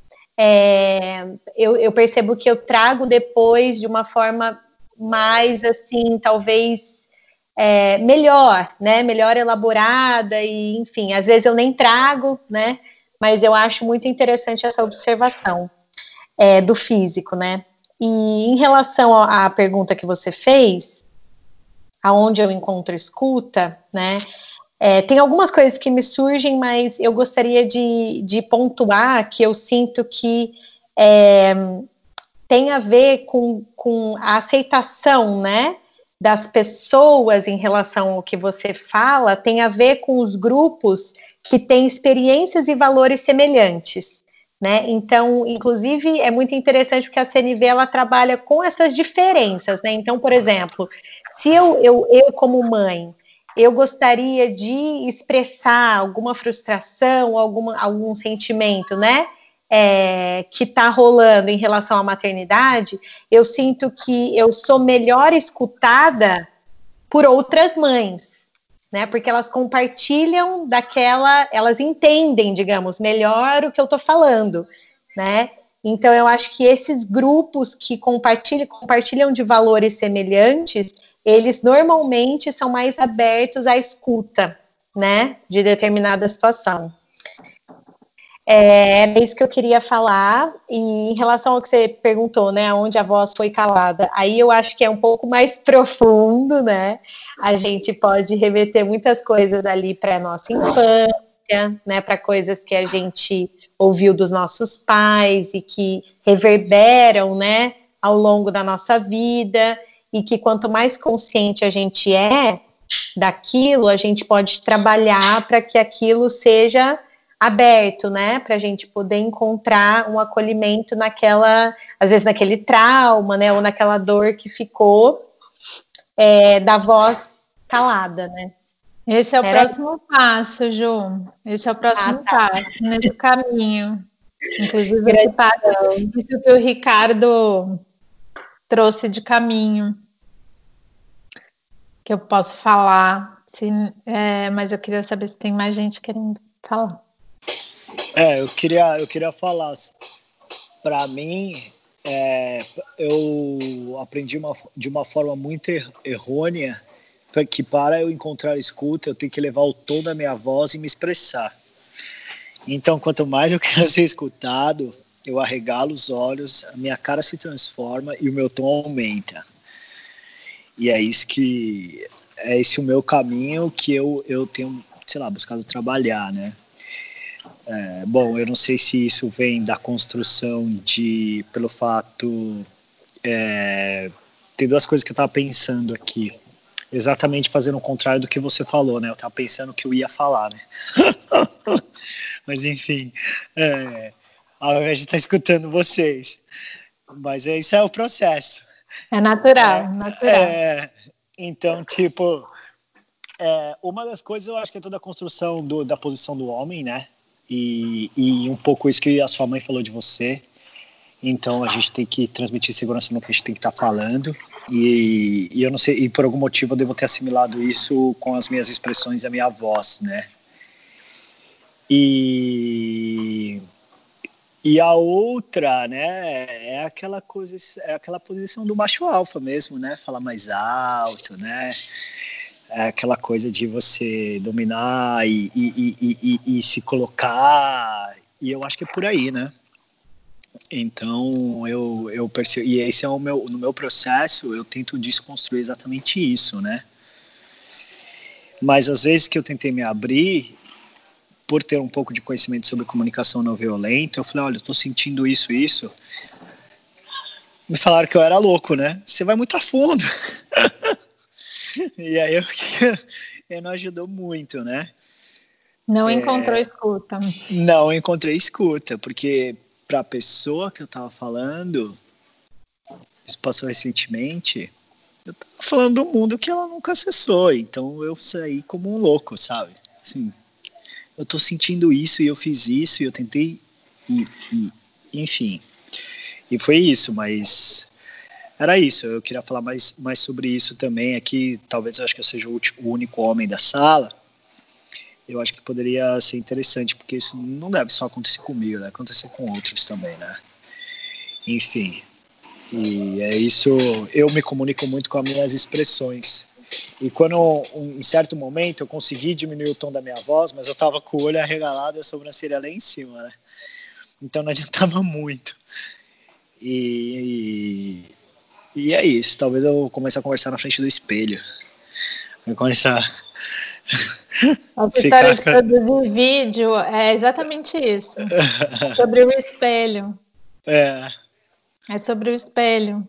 eu percebo que eu trago depois de uma forma mais, assim, talvez melhor, né? Melhor elaborada e, enfim, às vezes eu nem trago, né? Mas eu acho muito interessante essa observação do físico, né? E em relação à pergunta que você fez, aonde eu encontro escuta, né? Tem algumas coisas que me surgem, mas eu gostaria de pontuar que eu sinto que tem a ver com a aceitação, né, das pessoas em relação ao que você fala, tem a ver com os grupos que têm experiências e valores semelhantes, né? Então, inclusive, é muito interessante porque a CNV ela trabalha com essas diferenças, né? Então, por exemplo, se eu como mãe, eu gostaria de expressar alguma frustração, algum sentimento, né? que está rolando em relação à maternidade, eu sinto que eu sou melhor escutada por outras mães, né? Porque elas compartilham elas entendem, digamos, melhor o que eu estou falando, né? Então, eu acho que esses grupos que compartilham de valores semelhantes, eles normalmente são mais abertos à escuta, né, de determinada situação. Era isso que eu queria falar. E em relação ao que você perguntou, né, onde a voz foi calada, aí eu acho que é um pouco mais profundo, né? A gente pode remeter muitas coisas ali para a nossa infância, né, para coisas que a gente ouviu dos nossos pais e que reverberam, né, ao longo da nossa vida, e que quanto mais consciente a gente é daquilo, a gente pode trabalhar para que aquilo seja aberto, né, para a gente poder encontrar um acolhimento às vezes naquele trauma, né, ou naquela dor que ficou da voz calada, né. Esse é o próximo passo, Ju. Esse é o próximo passo nesse caminho. Inclusive, isso que o Ricardo trouxe de caminho, que eu posso falar, mas eu queria saber se tem mais gente querendo falar. Eu queria falar. Para mim, eu aprendi de uma forma muito errônea que para eu encontrar escuta, eu tenho que levar o tom da minha voz e me expressar. Então, quanto mais eu quero ser escutado, eu arregalo os olhos, a minha cara se transforma e o meu tom aumenta. E é esse o meu caminho que eu tenho, sei lá, buscado trabalhar, né? Bom, eu não sei se isso vem da construção pelo fato... tem duas coisas que eu estava pensando aqui. Exatamente fazendo o contrário do que você falou, né? Eu estava pensando que eu ia falar, né? Mas, enfim, ao invés de estar escutando vocês. Mas isso é o processo. É natural, natural. Então, tipo, uma das coisas eu acho que é toda a construção da posição do homem, né? E um pouco isso que a sua mãe falou de você. Então, a gente tem que transmitir segurança no que a gente tem que estar falando. E eu não sei, e por algum motivo eu devo ter assimilado isso com as minhas expressões e a minha voz, né? E a outra, né, é aquela posição do macho alfa mesmo, né? Falar mais alto, né? É aquela coisa de você dominar e se colocar. E eu acho que é por aí, né? Então, eu percebo, e esse é no meu processo, eu tento desconstruir exatamente isso, né? Mas às vezes que eu tentei me abrir, por ter um pouco de conhecimento sobre comunicação não violenta, eu falei, olha, eu tô sentindo isso. Me falaram que eu era louco, né? Você vai muito a fundo. E aí eu não ajudou muito, né? Não encontrou escuta. Não encontrei escuta, porque para a pessoa que eu estava falando, isso passou recentemente, eu estava falando do mundo que ela nunca acessou, então eu saí como um louco, sabe? Assim, eu tô sentindo isso e eu fiz isso e eu tentei, enfim. E foi isso, mas era isso. Eu queria falar mais sobre isso também aqui. Talvez eu acho que eu seja o único homem da sala. Eu acho que poderia ser interessante, porque isso não deve só acontecer comigo, deve acontecer com outros também, né? Enfim, e é isso, eu me comunico muito com as minhas expressões. E quando, em certo momento, eu consegui diminuir o tom da minha voz, mas eu tava com o olho arregalado e a sobrancelha lá em cima, né? Então não adiantava muito. E é isso, talvez eu comece a conversar na frente do espelho. Vou começar... A história de produzir vídeo é exatamente isso. Sobre o espelho. É sobre o espelho.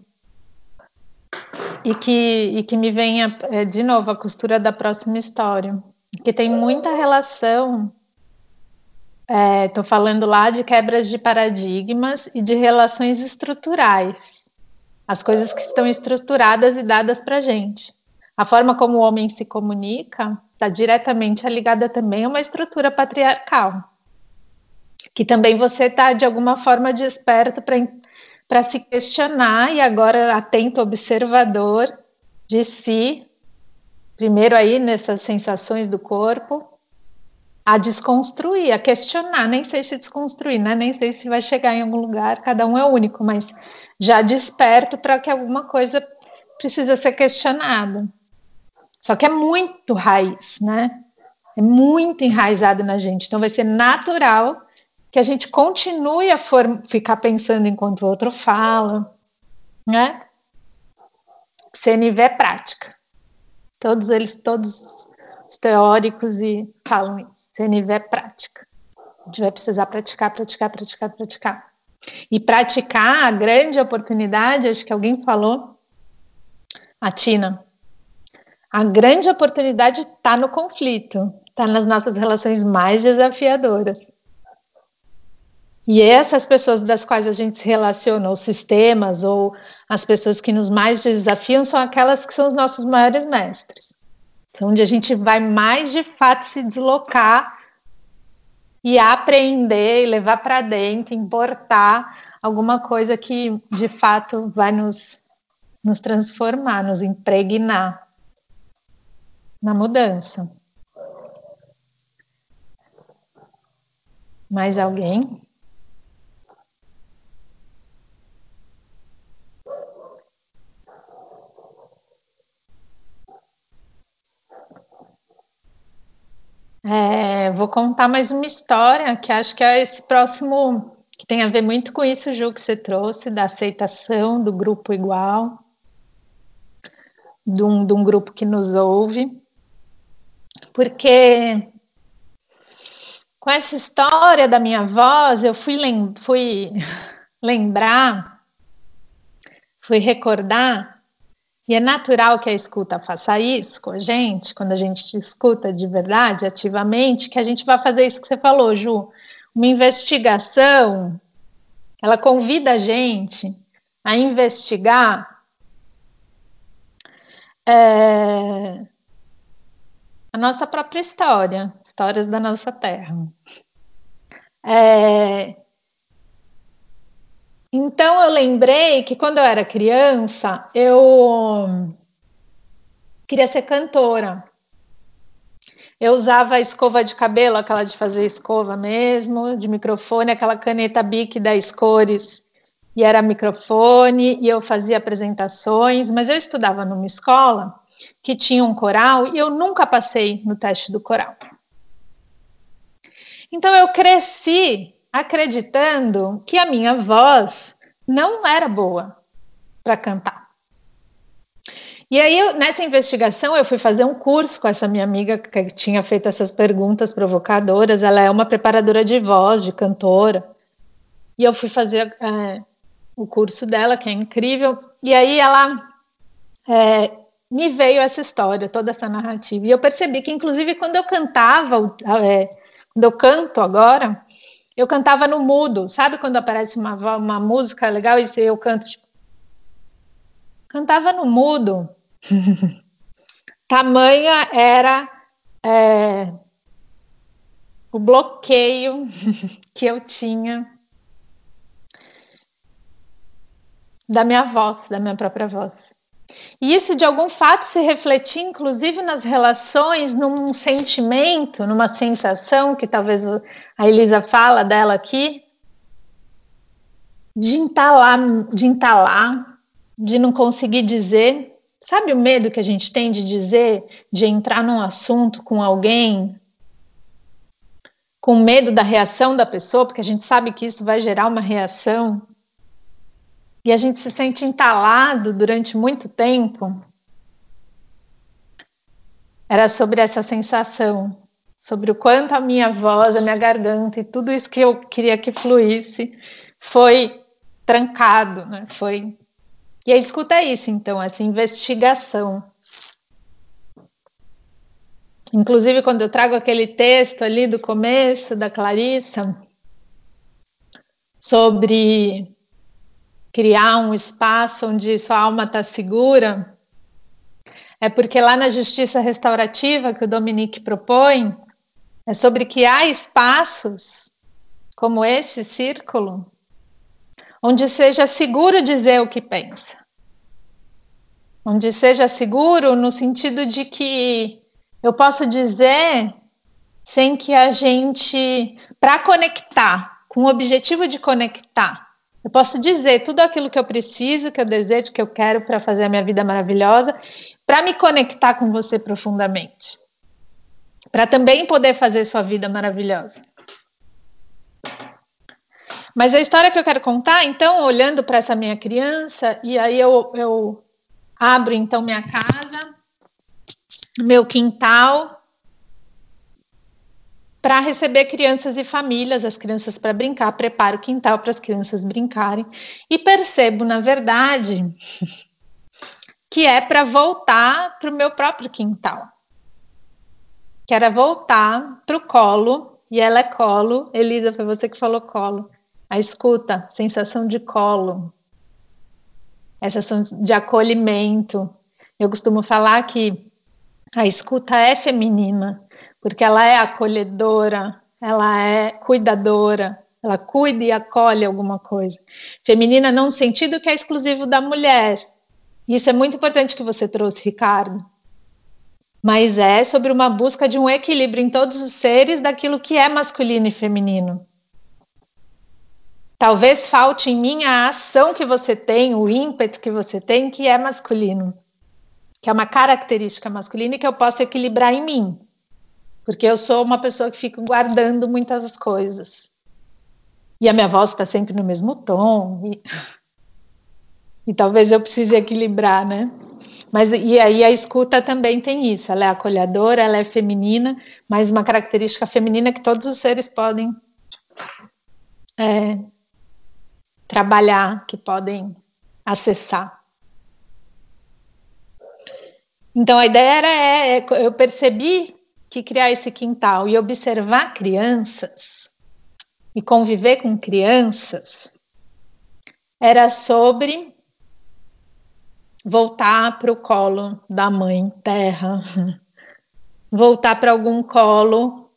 E que me venha, de novo, a costura da próxima história. Que tem muita relação. Estou falando lá de quebras de paradigmas e de relações estruturais. As coisas que estão estruturadas e dadas para a gente. A forma como o homem se comunica está diretamente ligada também a uma estrutura patriarcal, que também você está, de alguma forma, desperto para se questionar e agora atento, observador de si, primeiro aí nessas sensações do corpo, a desconstruir, a questionar, nem sei se desconstruir, né? Nem sei se vai chegar em algum lugar, cada um é único, mas já desperto para que alguma coisa precisa ser questionada. Só que é muito raiz, né? É muito enraizado na gente, então vai ser natural que a gente continue a ficar pensando enquanto o outro fala, né? CNV é prática. Todos os teóricos falam isso. CNV é prática. A gente vai precisar praticar. E praticar, a grande oportunidade, acho que alguém falou, a Tina, a grande oportunidade está no conflito, está nas nossas relações mais desafiadoras. E essas pessoas das quais a gente se relaciona, os sistemas ou as pessoas que nos mais desafiam, são aquelas que são os nossos maiores mestres. São onde a gente vai mais de fato se deslocar e aprender, e levar para dentro, importar alguma coisa que de fato vai nos transformar, nos impregnar na mudança. Mais alguém? Vou contar mais uma história, que acho que é esse próximo, que tem a ver muito com isso, Ju, que você trouxe, da aceitação do grupo igual, de um grupo que nos ouve, porque com essa história da minha voz, eu fui lembrar, fui recordar. E é natural que a escuta faça isso com a gente, quando a gente escuta de verdade, ativamente, que a gente vai fazer isso que você falou, Ju. Uma investigação, ela convida a gente a investigar a nossa própria história, histórias da nossa terra. Então, eu lembrei que quando eu era criança, eu queria ser cantora. Eu usava a escova de cabelo, aquela de fazer escova mesmo, de microfone, aquela caneta Bic 10 cores, e era microfone, e eu fazia apresentações, mas eu estudava numa escola que tinha um coral, e eu nunca passei no teste do coral. Então, eu cresci acreditando que a minha voz não era boa para cantar. E aí, nessa investigação, eu fui fazer um curso com essa minha amiga que tinha feito essas perguntas provocadoras. Ela é uma preparadora de voz, de cantora. E eu fui fazer o curso dela, que é incrível. E aí, ela me veio essa história, toda essa narrativa. E eu percebi que, inclusive, quando eu cantava, quando eu canto agora, eu cantava no mudo. Sabe quando aparece uma música legal e eu canto? Tipo, cantava no mudo. Tamanha era o bloqueio que eu tinha da minha voz, da minha própria voz. E isso, de algum fato, se refletia, inclusive, nas relações, num sentimento, numa sensação, que talvez a Elisa fala dela aqui, de entalar, de não conseguir dizer. Sabe o medo que a gente tem de dizer, de entrar num assunto com alguém, com medo da reação da pessoa, porque a gente sabe que isso vai gerar uma reação, e a gente se sente entalado durante muito tempo? Era sobre essa sensação, sobre o quanto a minha voz, a minha garganta e tudo isso que eu queria que fluísse foi trancado, né? E a escuta é isso, então, essa investigação. Inclusive, quando eu trago aquele texto ali do começo, da Clarissa, sobre criar um espaço onde sua alma está segura, é porque lá na justiça restaurativa que o Dominique propõe, é sobre criar espaços como esse círculo, onde seja seguro dizer o que pensa. Onde seja seguro no sentido de que eu posso dizer sem que a gente, para conectar, com o objetivo de conectar, eu posso dizer tudo aquilo que eu preciso, que eu desejo, que eu quero para fazer a minha vida maravilhosa, para me conectar com você profundamente. Para também poder fazer sua vida maravilhosa. Mas a história que eu quero contar, então, olhando para essa minha criança, e aí eu abro, então, minha casa, meu quintal, para receber crianças e famílias, as crianças para brincar, preparo o quintal para as crianças brincarem, e percebo, na verdade, que é para voltar para o meu próprio quintal. Que era voltar para o colo, e ela é colo, Elisa, foi você que falou colo, a escuta, sensação de colo, essa sensação de acolhimento. Eu costumo falar que a escuta é feminina, porque ela é acolhedora, ela é cuidadora, ela cuida e acolhe alguma coisa. Feminina não no sentido que é exclusivo da mulher. Isso é muito importante que você trouxe, Ricardo. Mas é sobre uma busca de um equilíbrio em todos os seres daquilo que é masculino e feminino. Talvez falte em mim a ação que você tem, o ímpeto que você tem, que é masculino. Que é uma característica masculina e que eu posso equilibrar em mim. Porque eu sou uma pessoa que fica guardando muitas coisas. E a minha voz está sempre no mesmo tom. E talvez eu precise equilibrar, né? Mas e aí a escuta também tem isso. Ela é acolhedora, ela é feminina, mas uma característica feminina que todos os seres podem trabalhar, que podem acessar. Então a ideia eu percebi que criar esse quintal e observar crianças e conviver com crianças era sobre voltar para o colo da mãe terra, voltar para algum colo,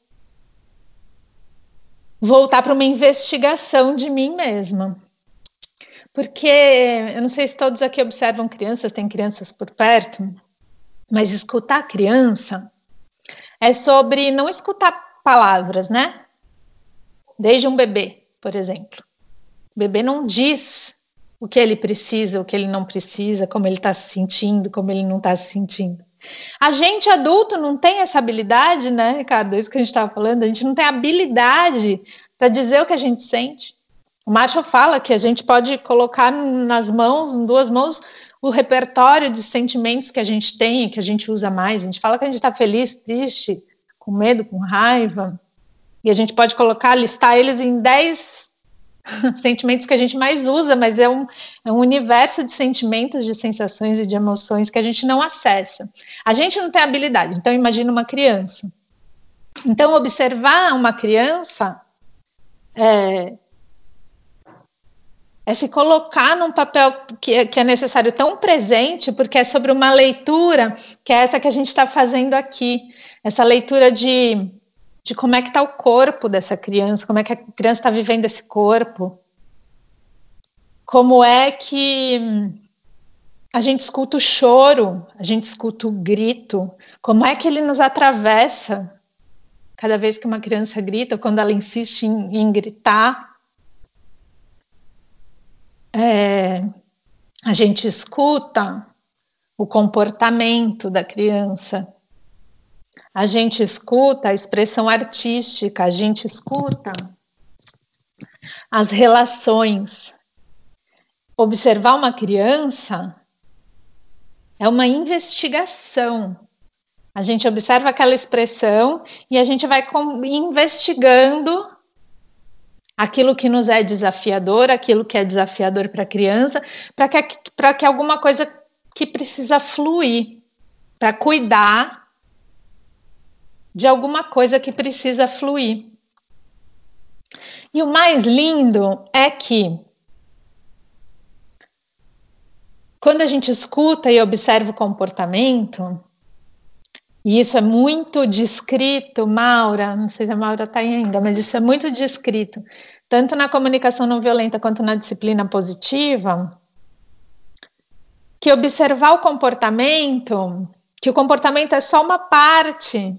voltar para uma investigação de mim mesma. Porque, eu não sei se todos aqui observam crianças, tem crianças por perto, mas escutar a criança é sobre não escutar palavras, né? Desde um bebê, por exemplo. O bebê não diz o que ele precisa, o que ele não precisa, como ele está se sentindo, como ele não está se sentindo. A gente adulto não tem essa habilidade, né, Ricardo? Isso que a gente estava falando, a gente não tem habilidade para dizer o que a gente sente. O Marshall fala que a gente pode colocar nas mãos, em duas mãos, o repertório de sentimentos que a gente tem, que a gente usa mais. A gente fala que a gente está feliz, triste, com medo, com raiva. E a gente pode colocar, listar eles em 10 sentimentos que a gente mais usa, mas é um universo de sentimentos, de sensações e de emoções que a gente não acessa. A gente não tem habilidade, então imagina uma criança. Então observar uma criança é se colocar num papel que é necessário tão presente, porque é sobre uma leitura, que é essa que a gente está fazendo aqui, essa leitura de como é que está o corpo dessa criança, como é que a criança está vivendo esse corpo, como é que a gente escuta o choro, a gente escuta o grito, como é que ele nos atravessa cada vez que uma criança grita, quando ela insiste em gritar. A gente escuta o comportamento da criança, a gente escuta a expressão artística, a gente escuta as relações. Observar uma criança é uma investigação. A gente observa aquela expressão e a gente vai investigando aquilo que nos é desafiador, aquilo que é desafiador para a criança, para que alguma coisa que precisa fluir, para cuidar de alguma coisa que precisa fluir. E o mais lindo é que quando a gente escuta e observa o comportamento, E isso é muito descrito, Maura, não sei se a Maura está aí ainda, mas isso é muito descrito, tanto na comunicação não violenta quanto na disciplina positiva, que observar o comportamento, que o comportamento é só uma parte,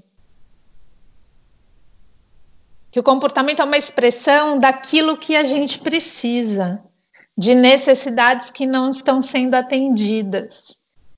que o comportamento é uma expressão daquilo que a gente precisa, de necessidades que não estão sendo atendidas.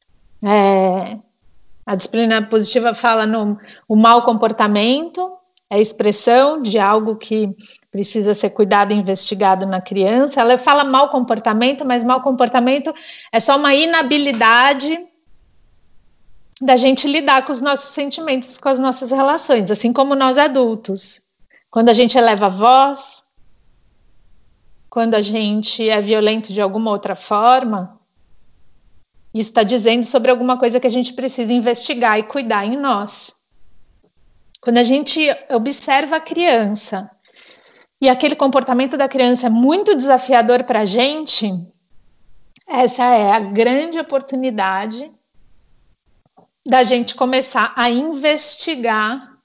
A disciplina positiva fala no o mau comportamento, é a expressão de algo que precisa ser cuidado e investigado na criança. Ela fala mau comportamento, mas mau comportamento é só uma inabilidade da gente lidar com os nossos sentimentos, com as nossas relações, assim como nós adultos. Quando a gente eleva a voz, quando a gente é violento de alguma outra forma, isso está dizendo sobre alguma coisa que a gente precisa investigar e cuidar em nós. Quando a gente observa a criança e aquele comportamento da criança é muito desafiador para a gente, essa é a grande oportunidade da gente começar a investigar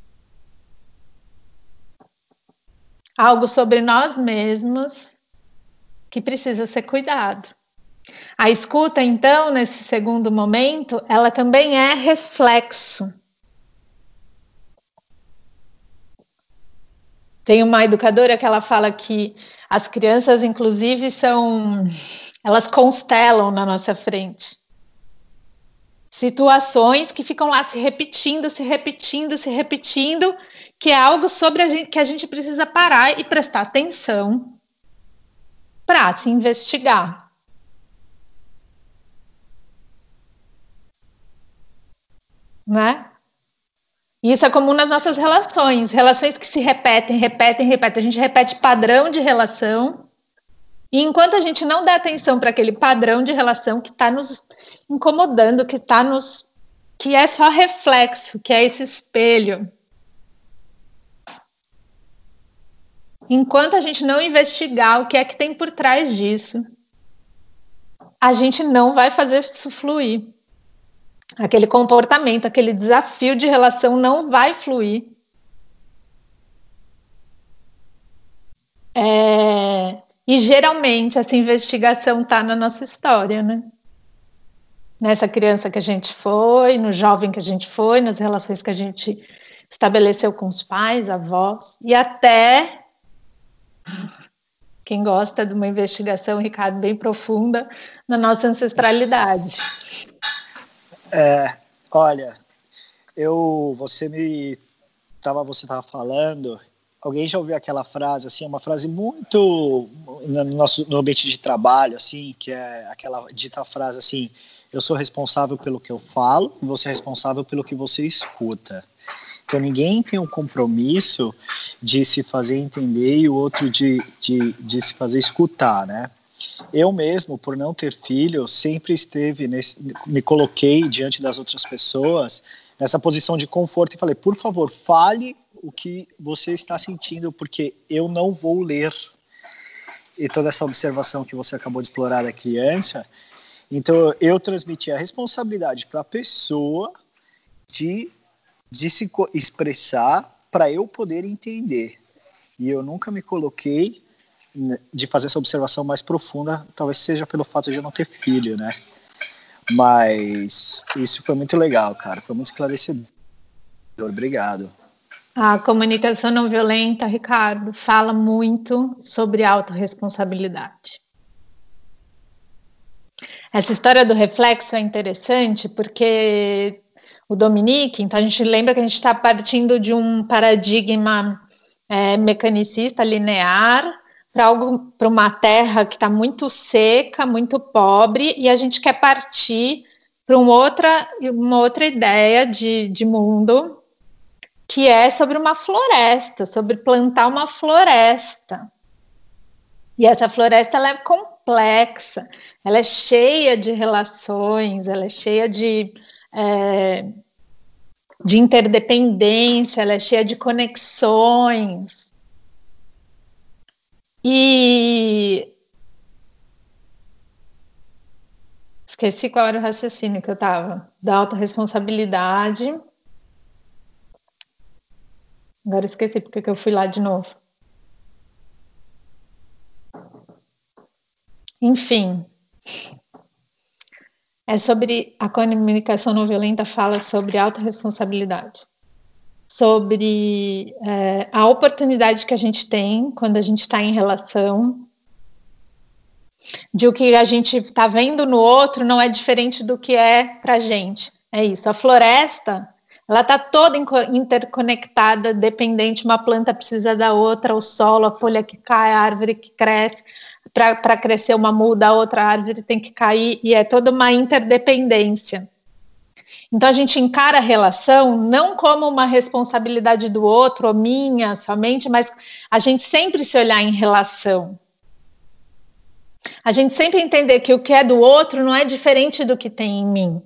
algo sobre nós mesmos que precisa ser cuidado. A escuta, então, nesse segundo momento, ela também é reflexo. Tem uma educadora que ela fala que as crianças, inclusive, elas constelam na nossa frente. Situações que ficam lá se repetindo, que é algo sobre a gente, que a gente precisa parar e prestar atenção para se investigar. Né? E isso é comum nas nossas relações que se repetem. A gente repete padrão de relação, e enquanto a gente não dá atenção para aquele padrão de relação que está nos incomodando, que é só reflexo, que é esse espelho. Enquanto a gente não investigar o que é que tem por trás disso, a gente não vai fazer isso fluir. Aquele comportamento, aquele desafio de relação não vai fluir. E geralmente essa investigação está na nossa história, né? Nessa criança que a gente foi, no jovem que a gente foi, nas relações que a gente estabeleceu com os pais, avós, e até quem gosta de uma investigação, Ricardo, bem profunda, na nossa ancestralidade. Olha, você estava falando, alguém já ouviu aquela frase, assim, uma frase muito no ambiente de trabalho, assim, que é aquela dita frase assim: eu sou responsável pelo que eu falo e você é responsável pelo que você escuta. Então ninguém tem um compromisso de se fazer entender e o outro de se fazer escutar, né? Eu mesmo, por não ter filho, sempre me coloquei diante das outras pessoas nessa posição de conforto e falei: por favor, fale o que você está sentindo, porque eu não vou ler. E toda essa observação que você acabou de explorar da criança, então eu transmiti a responsabilidade para a pessoa de se expressar para eu poder entender. E eu nunca me coloquei de fazer essa observação mais profunda, talvez seja pelo fato de eu não ter filho, né? Mas isso foi muito legal, cara. Foi muito esclarecedor. Obrigado. A comunicação não violenta, Ricardo, fala muito sobre autorresponsabilidade. Essa história do reflexo é interessante porque o Dominique, então a gente lembra que a gente está partindo de um paradigma mecanicista, linear, para uma terra que está muito seca, muito pobre, e a gente quer partir para uma outra ideia de mundo, que é sobre uma floresta, sobre plantar uma floresta. E essa floresta ela é complexa, ela é cheia de relações, ela é cheia de interdependência, ela é cheia de conexões. E esqueci qual era o raciocínio que eu estava, da autorresponsabilidade. Agora esqueci porque que eu fui lá de novo. Enfim, é sobre a comunicação não violenta, fala sobre autorresponsabilidade, sobre a oportunidade que a gente tem quando a gente está em relação, de o que a gente está vendo no outro não é diferente do que é para a gente. É isso, a floresta, ela está toda interconectada, dependente, uma planta precisa da outra, o solo, a folha que cai, a árvore que cresce, para crescer uma muda, a outra árvore tem que cair, e é toda uma interdependência. Então a gente encara a relação não como uma responsabilidade do outro, ou minha somente, mas a gente sempre se olhar em relação. A gente sempre entender que o que é do outro não é diferente do que tem em mim.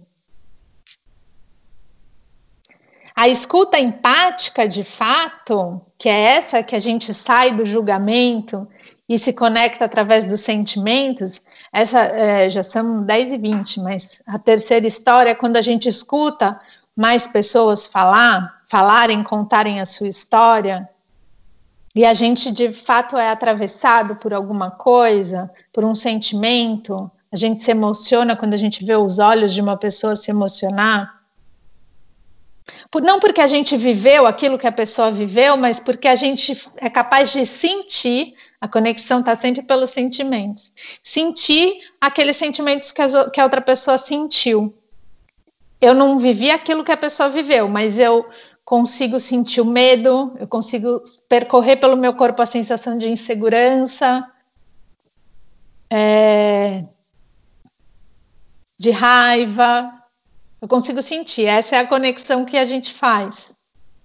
A escuta empática, de fato, que é essa que a gente sai do julgamento e se conecta através dos sentimentos, essa já são 10h20, mas a terceira história é quando a gente escuta mais pessoas falarem, contarem a sua história, e a gente de fato é atravessado por alguma coisa, por um sentimento, a gente se emociona quando a gente vê os olhos de uma pessoa se emocionar, não porque a gente viveu aquilo que a pessoa viveu, mas porque a gente é capaz de sentir, a conexão está sempre pelos sentimentos, sentir aqueles sentimentos que a outra pessoa sentiu. Eu não vivi aquilo que a pessoa viveu, mas eu consigo sentir o medo, eu consigo percorrer pelo meu corpo a sensação de insegurança, de raiva. Eu consigo sentir, essa é a conexão que a gente faz.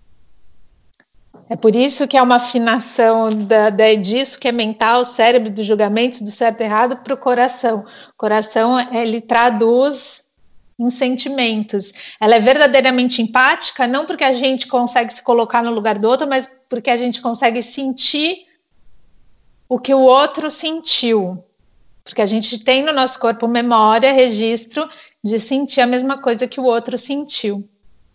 É por isso que é uma afinação disso que é mental, cérebro, dos julgamentos, do certo e errado, para o coração. O coração, ele traduz em sentimentos. Ela é verdadeiramente empática, não porque a gente consegue se colocar no lugar do outro, mas porque a gente consegue sentir o que o outro sentiu. Porque a gente tem no nosso corpo memória, registro de sentir a mesma coisa que o outro sentiu.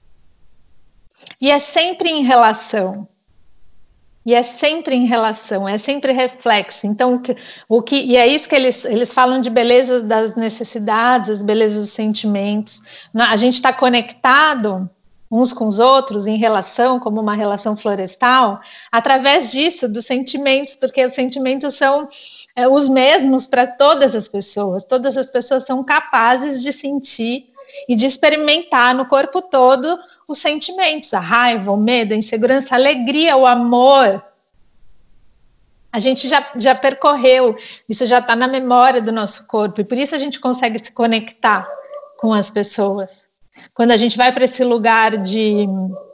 E é sempre em relação. E é sempre em relação, é sempre reflexo. Então, e é isso que eles falam de beleza das necessidades, as belezas dos sentimentos. A gente está conectado uns com os outros em relação, como uma relação florestal, através disso, dos sentimentos, porque os sentimentos são os mesmos para todas as pessoas. Todas as pessoas são capazes de sentir e de experimentar no corpo todo os sentimentos, a raiva, o medo, a insegurança, a alegria, o amor. A gente já percorreu, isso já está na memória do nosso corpo, e por isso a gente consegue se conectar com as pessoas. Quando a gente vai para esse lugar de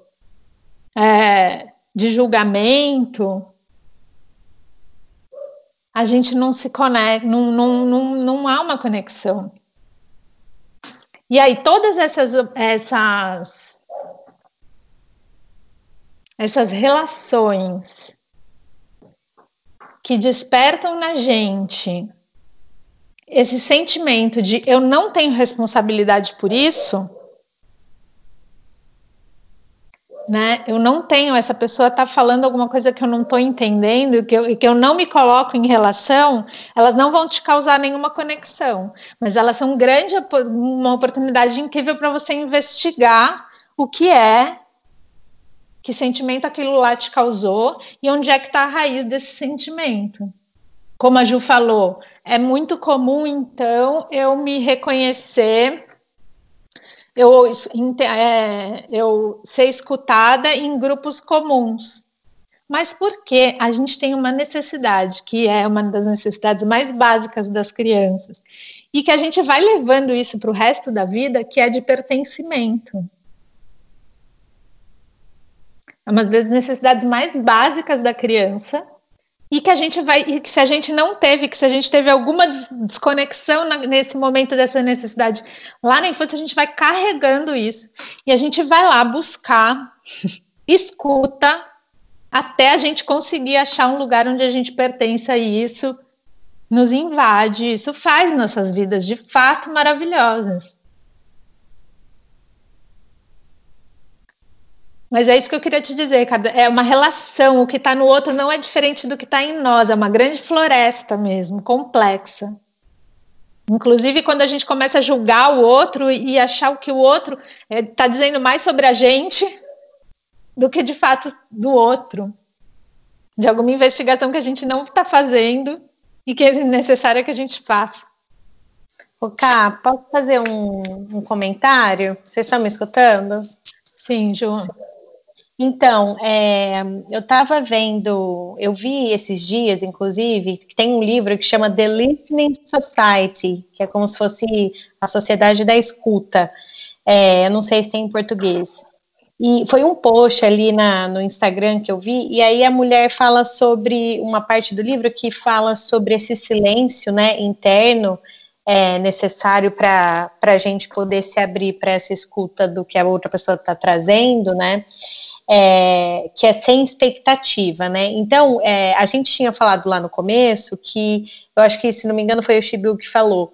julgamento, a gente não se conecta, não há uma conexão. E aí todas essas relações que despertam na gente esse sentimento de eu não tenho responsabilidade por isso, né? Eu não tenho, essa pessoa está falando alguma coisa que eu não estou entendendo, que eu não me coloco em relação, elas não vão te causar nenhuma conexão, mas elas são uma oportunidade incrível para você investigar o que sentimento aquilo lá te causou e onde é que está a raiz desse sentimento. Como a Ju falou, é muito comum, então, eu me reconhecer, eu ser escutada em grupos comuns. Mas porque a gente tem uma necessidade, que é uma das necessidades mais básicas das crianças, e que a gente vai levando isso para o resto da vida, que é de pertencimento. É uma das necessidades mais básicas da criança, e que a gente e que se a gente não teve, que se a gente teve alguma desconexão nesse momento dessa necessidade lá na infância, a gente vai carregando isso, e a gente vai lá buscar, escuta, até a gente conseguir achar um lugar onde a gente pertence, a isso nos invade, isso faz nossas vidas de fato maravilhosas. Mas é isso que eu queria te dizer, é uma relação, o que está no outro não é diferente do que está em nós, é uma grande floresta mesmo, complexa. Inclusive, quando a gente começa a julgar o outro e achar que o outro está dizendo mais sobre a gente do que, de fato, do outro. De alguma investigação que a gente não está fazendo e que é necessária que a gente faça. Ô, Ká, posso fazer um comentário? Vocês estão me escutando? Sim, Ju. Então, eu estava vendo, eu vi esses dias, inclusive, que tem um livro que chama The Listening Society, que é como se fosse a Sociedade da Escuta. Eu não sei se tem em português. E foi um post ali no Instagram que eu vi, e aí a mulher fala sobre uma parte do livro que fala sobre esse silêncio, né, interno, necessário para a gente poder se abrir para essa escuta do que a outra pessoa está trazendo, né? Que é sem expectativa, né? Então, a gente tinha falado lá no começo que, eu acho que, se não me engano, foi o Shibu que falou,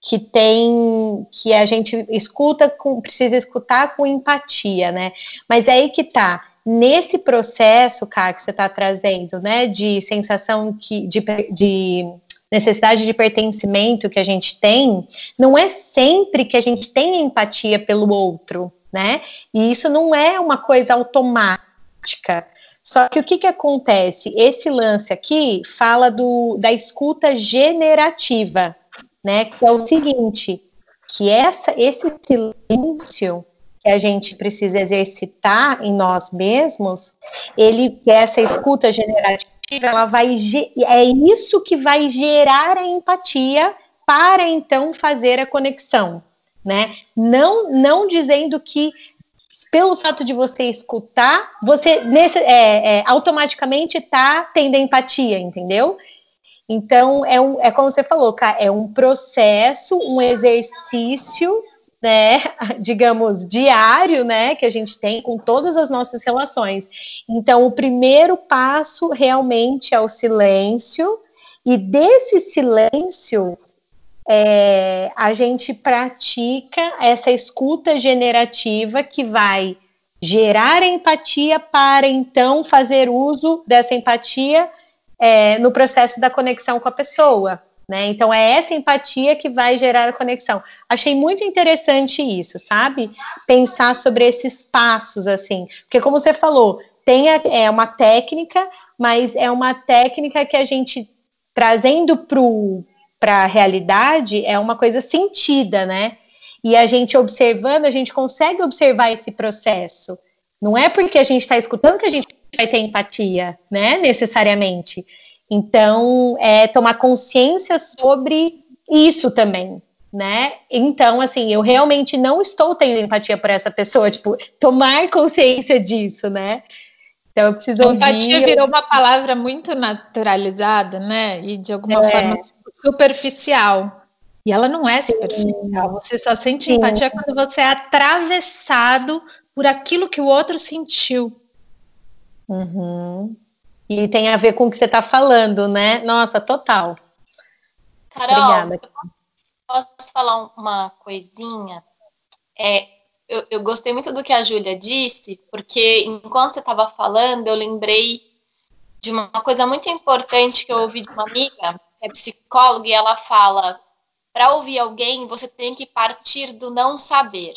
que a gente precisa escutar com empatia, né? Mas é aí que tá, nesse processo, Ká, que você está trazendo, né, de sensação de necessidade de pertencimento que a gente tem, não é sempre que a gente tem empatia pelo outro, né? E isso não é uma coisa automática. Só que o que acontece? Esse lance aqui fala da escuta generativa, né? Que é o seguinte, que esse silêncio que a gente precisa exercitar em nós mesmos, que essa escuta generativa, é isso que vai gerar a empatia para então fazer a conexão, né? Não dizendo que pelo fato de você escutar, você automaticamente está tendo empatia, entendeu? Então, é como você falou, é um processo, um exercício, né, digamos, diário, né, que a gente tem com todas as nossas relações. Então, o primeiro passo realmente é o silêncio, e desse silêncio, a gente pratica essa escuta generativa que vai gerar empatia para, então, fazer uso dessa empatia no processo da conexão com a pessoa, né? Então, é essa empatia que vai gerar a conexão. Achei muito interessante isso, sabe? Pensar sobre esses passos, assim. Porque, como você falou, é uma técnica, mas é uma técnica que a gente, trazendo para a realidade, é uma coisa sentida, né? E a gente observando, a gente consegue observar esse processo. Não é porque a gente está escutando que a gente vai ter empatia, né? Necessariamente. Então, tomar consciência sobre isso também, né? Então, assim, eu realmente não estou tendo empatia por essa pessoa, tipo, tomar consciência disso, né? Então, eu preciso ouvir. Empatia virou uma palavra muito naturalizada, né? E de alguma forma superficial. E ela não é superficial. Você só sente empatia quando você é atravessado por aquilo que o outro sentiu. Uhum. E tem a ver com o que você está falando, né? Nossa, total. Carol, obrigada. Posso falar uma coisinha? Eu gostei muito do que a Júlia disse, porque enquanto você estava falando, eu lembrei de uma coisa muito importante que eu ouvi de uma amiga, que é psicóloga, e ela fala, para ouvir alguém, você tem que partir do não saber.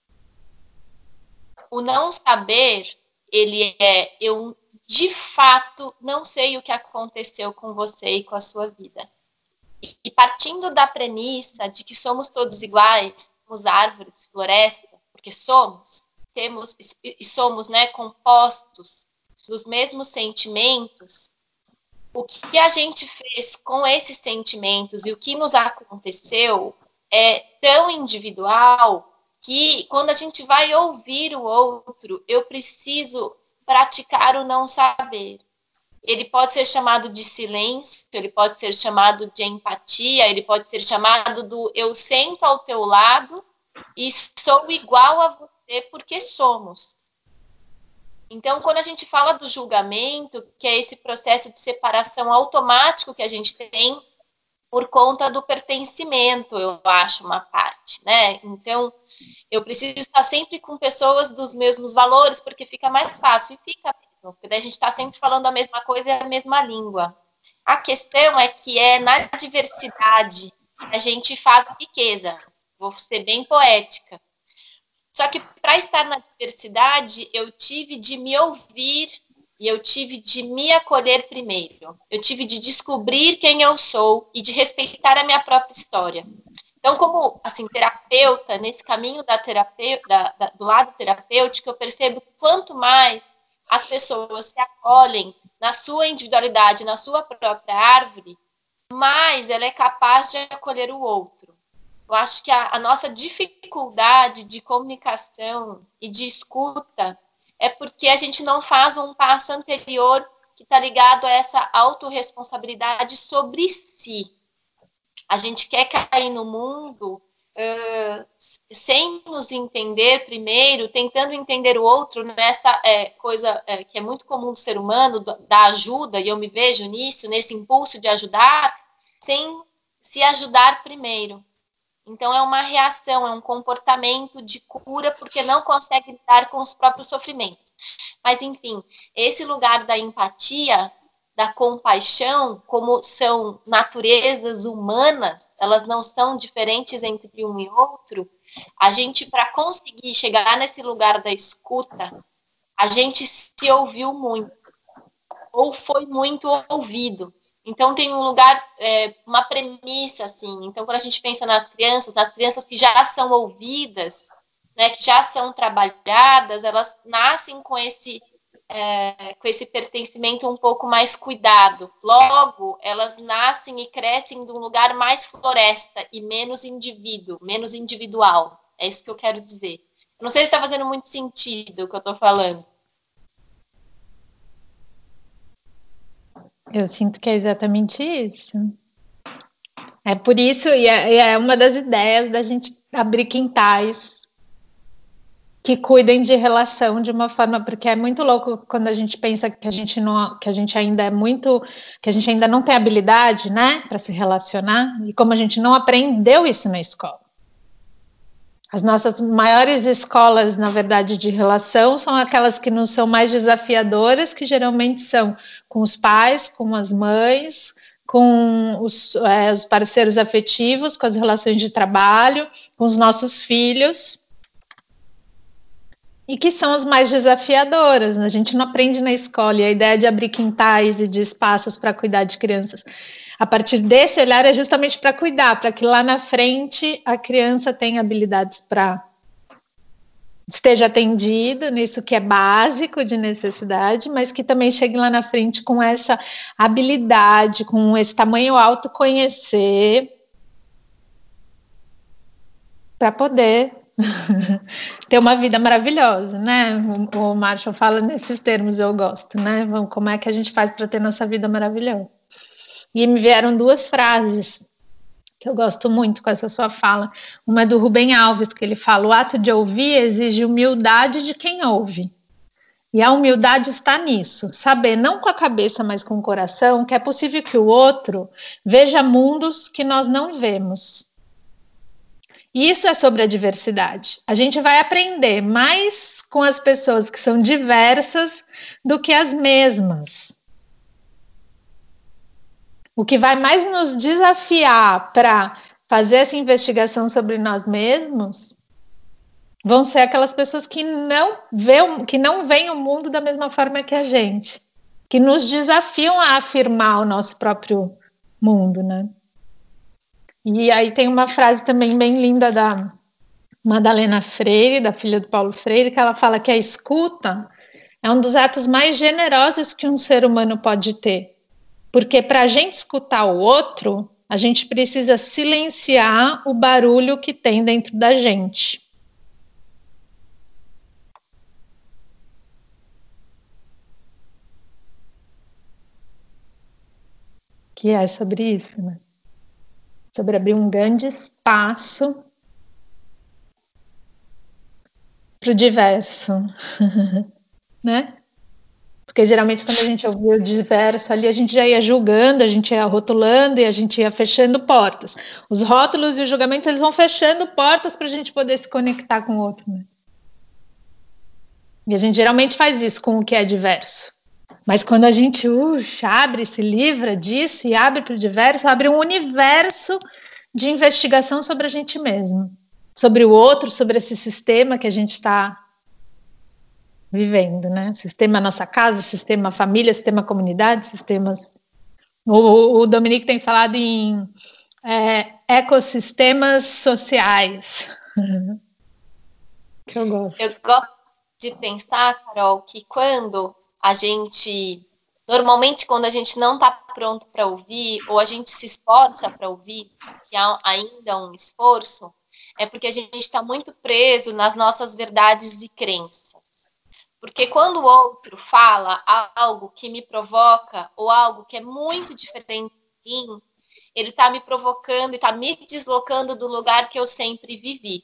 O não saber, ele eu de fato não sei o que aconteceu com você e com a sua vida. E partindo da premissa de que somos todos iguais, somos árvores, floresta, porque somos, né, compostos dos mesmos sentimentos, o que a gente fez com esses sentimentos e o que nos aconteceu é tão individual que quando a gente vai ouvir o outro, eu preciso praticar o não saber. Ele pode ser chamado de silêncio, ele pode ser chamado de empatia, ele pode ser chamado do eu sento ao teu lado e sou igual a você porque somos. Então, quando a gente fala do julgamento, que é esse processo de separação automático que a gente tem por conta do pertencimento, eu acho, uma parte, né? Então, eu preciso estar sempre com pessoas dos mesmos valores, porque fica mais fácil, e fica mesmo, porque daí a gente está sempre falando a mesma coisa e a mesma língua. A questão é que é na diversidade que a gente faz a riqueza. Vou ser bem poética. Só que para estar na diversidade, eu tive de me ouvir e eu tive de me acolher primeiro. Eu tive de descobrir quem eu sou e de respeitar a minha própria história. Então, como assim, terapeuta, nesse caminho do lado terapêutico, eu percebo que quanto mais as pessoas se acolhem na sua individualidade, na sua própria árvore, mais ela é capaz de acolher o outro. Eu acho que a nossa dificuldade de comunicação e de escuta é porque a gente não faz um passo anterior que está ligado a essa autorresponsabilidade sobre si. A gente quer cair no mundo sem nos entender primeiro, tentando entender o outro nessa coisa que é muito comum do ser humano, da ajuda, e eu me vejo nisso, nesse impulso de ajudar, sem se ajudar primeiro. Então, é uma reação, é um comportamento de cura, porque não consegue lidar com os próprios sofrimentos. Mas, enfim, esse lugar da empatia, da compaixão, como são naturezas humanas, elas não são diferentes entre um e outro, a gente, para conseguir chegar nesse lugar da escuta, a gente se ouviu muito, ou foi muito ouvido. Então, tem um lugar, uma premissa, assim. Então, quando a gente pensa nas crianças que já são ouvidas, né, que já são trabalhadas, elas nascem com esse pertencimento um pouco mais cuidado. Logo, elas nascem e crescem de um lugar mais floresta e menos indivíduo, menos individual. É isso que eu quero dizer. Eu não sei se está fazendo muito sentido o que eu estou falando. Eu sinto que é exatamente isso. É por isso, e é uma das ideias da gente abrir quintais que cuidem de relação de uma forma, porque é muito louco quando a gente pensa que a gente ainda não tem habilidade, né, para se relacionar, e como a gente não aprendeu isso na escola. As nossas maiores escolas, na verdade, de relação são aquelas que não são mais desafiadoras, que geralmente são com os pais, com as mães, com os parceiros afetivos, com as relações de trabalho, com os nossos filhos, e que são as mais desafiadoras. A gente não aprende na escola, e a ideia de abrir quintais e de espaços para cuidar de crianças a partir desse olhar é justamente para cuidar, para que lá na frente a criança tenha habilidades para esteja atendida nisso que é básico de necessidade, mas que também chegue lá na frente com essa habilidade, com esse tamanho autoconhecer, para poder ter uma vida maravilhosa, né? O Marshall fala nesses termos, eu gosto, né? Como é que a gente faz para ter nossa vida maravilhosa? E me vieram duas frases que eu gosto muito com essa sua fala. Uma é do Rubem Alves, que ele fala: o ato de ouvir exige humildade de quem ouve. E a humildade está nisso, saber, não com a cabeça, mas com o coração, que é possível que o outro veja mundos que nós não vemos. E isso é sobre a diversidade. A gente vai aprender mais com as pessoas que são diversas do que as mesmas. O que vai mais nos desafiar para fazer essa investigação sobre nós mesmos vão ser aquelas pessoas que não veem o mundo da mesma forma que a gente, que nos desafiam a afirmar o nosso próprio mundo, né? E aí tem uma frase também bem linda da Madalena Freire, da filha do Paulo Freire, que ela fala que a escuta é um dos atos mais generosos que um ser humano pode ter. Porque para a gente escutar o outro, a gente precisa silenciar o barulho que tem dentro da gente. Que é sobre isso, né? Sobre abrir um grande espaço para o diverso, né? Porque geralmente quando a gente ouvia o diverso ali, a gente já ia julgando, a gente ia rotulando e a gente ia fechando portas. Os rótulos e os julgamentos, eles vão fechando portas para a gente poder se conectar com o outro, né? E a gente geralmente faz isso com o que é diverso. Mas quando a gente abre, se livra disso e abre para o diverso, abre um universo de investigação sobre a gente mesmo, sobre o outro, sobre esse sistema que a gente está vivendo, né? Sistema nossa casa, sistema família, sistema comunidade, sistemas... O Dominique tem falado em ecossistemas sociais. Que eu gosto. Eu gosto de pensar, Carol, que normalmente quando a gente não está pronto para ouvir, ou a gente se esforça para ouvir, que há ainda um esforço, é porque a gente está muito preso nas nossas verdades e crenças. Porque quando o outro fala algo que me provoca, ou algo que é muito diferente de mim, ele está me provocando e está me deslocando do lugar que eu sempre vivi.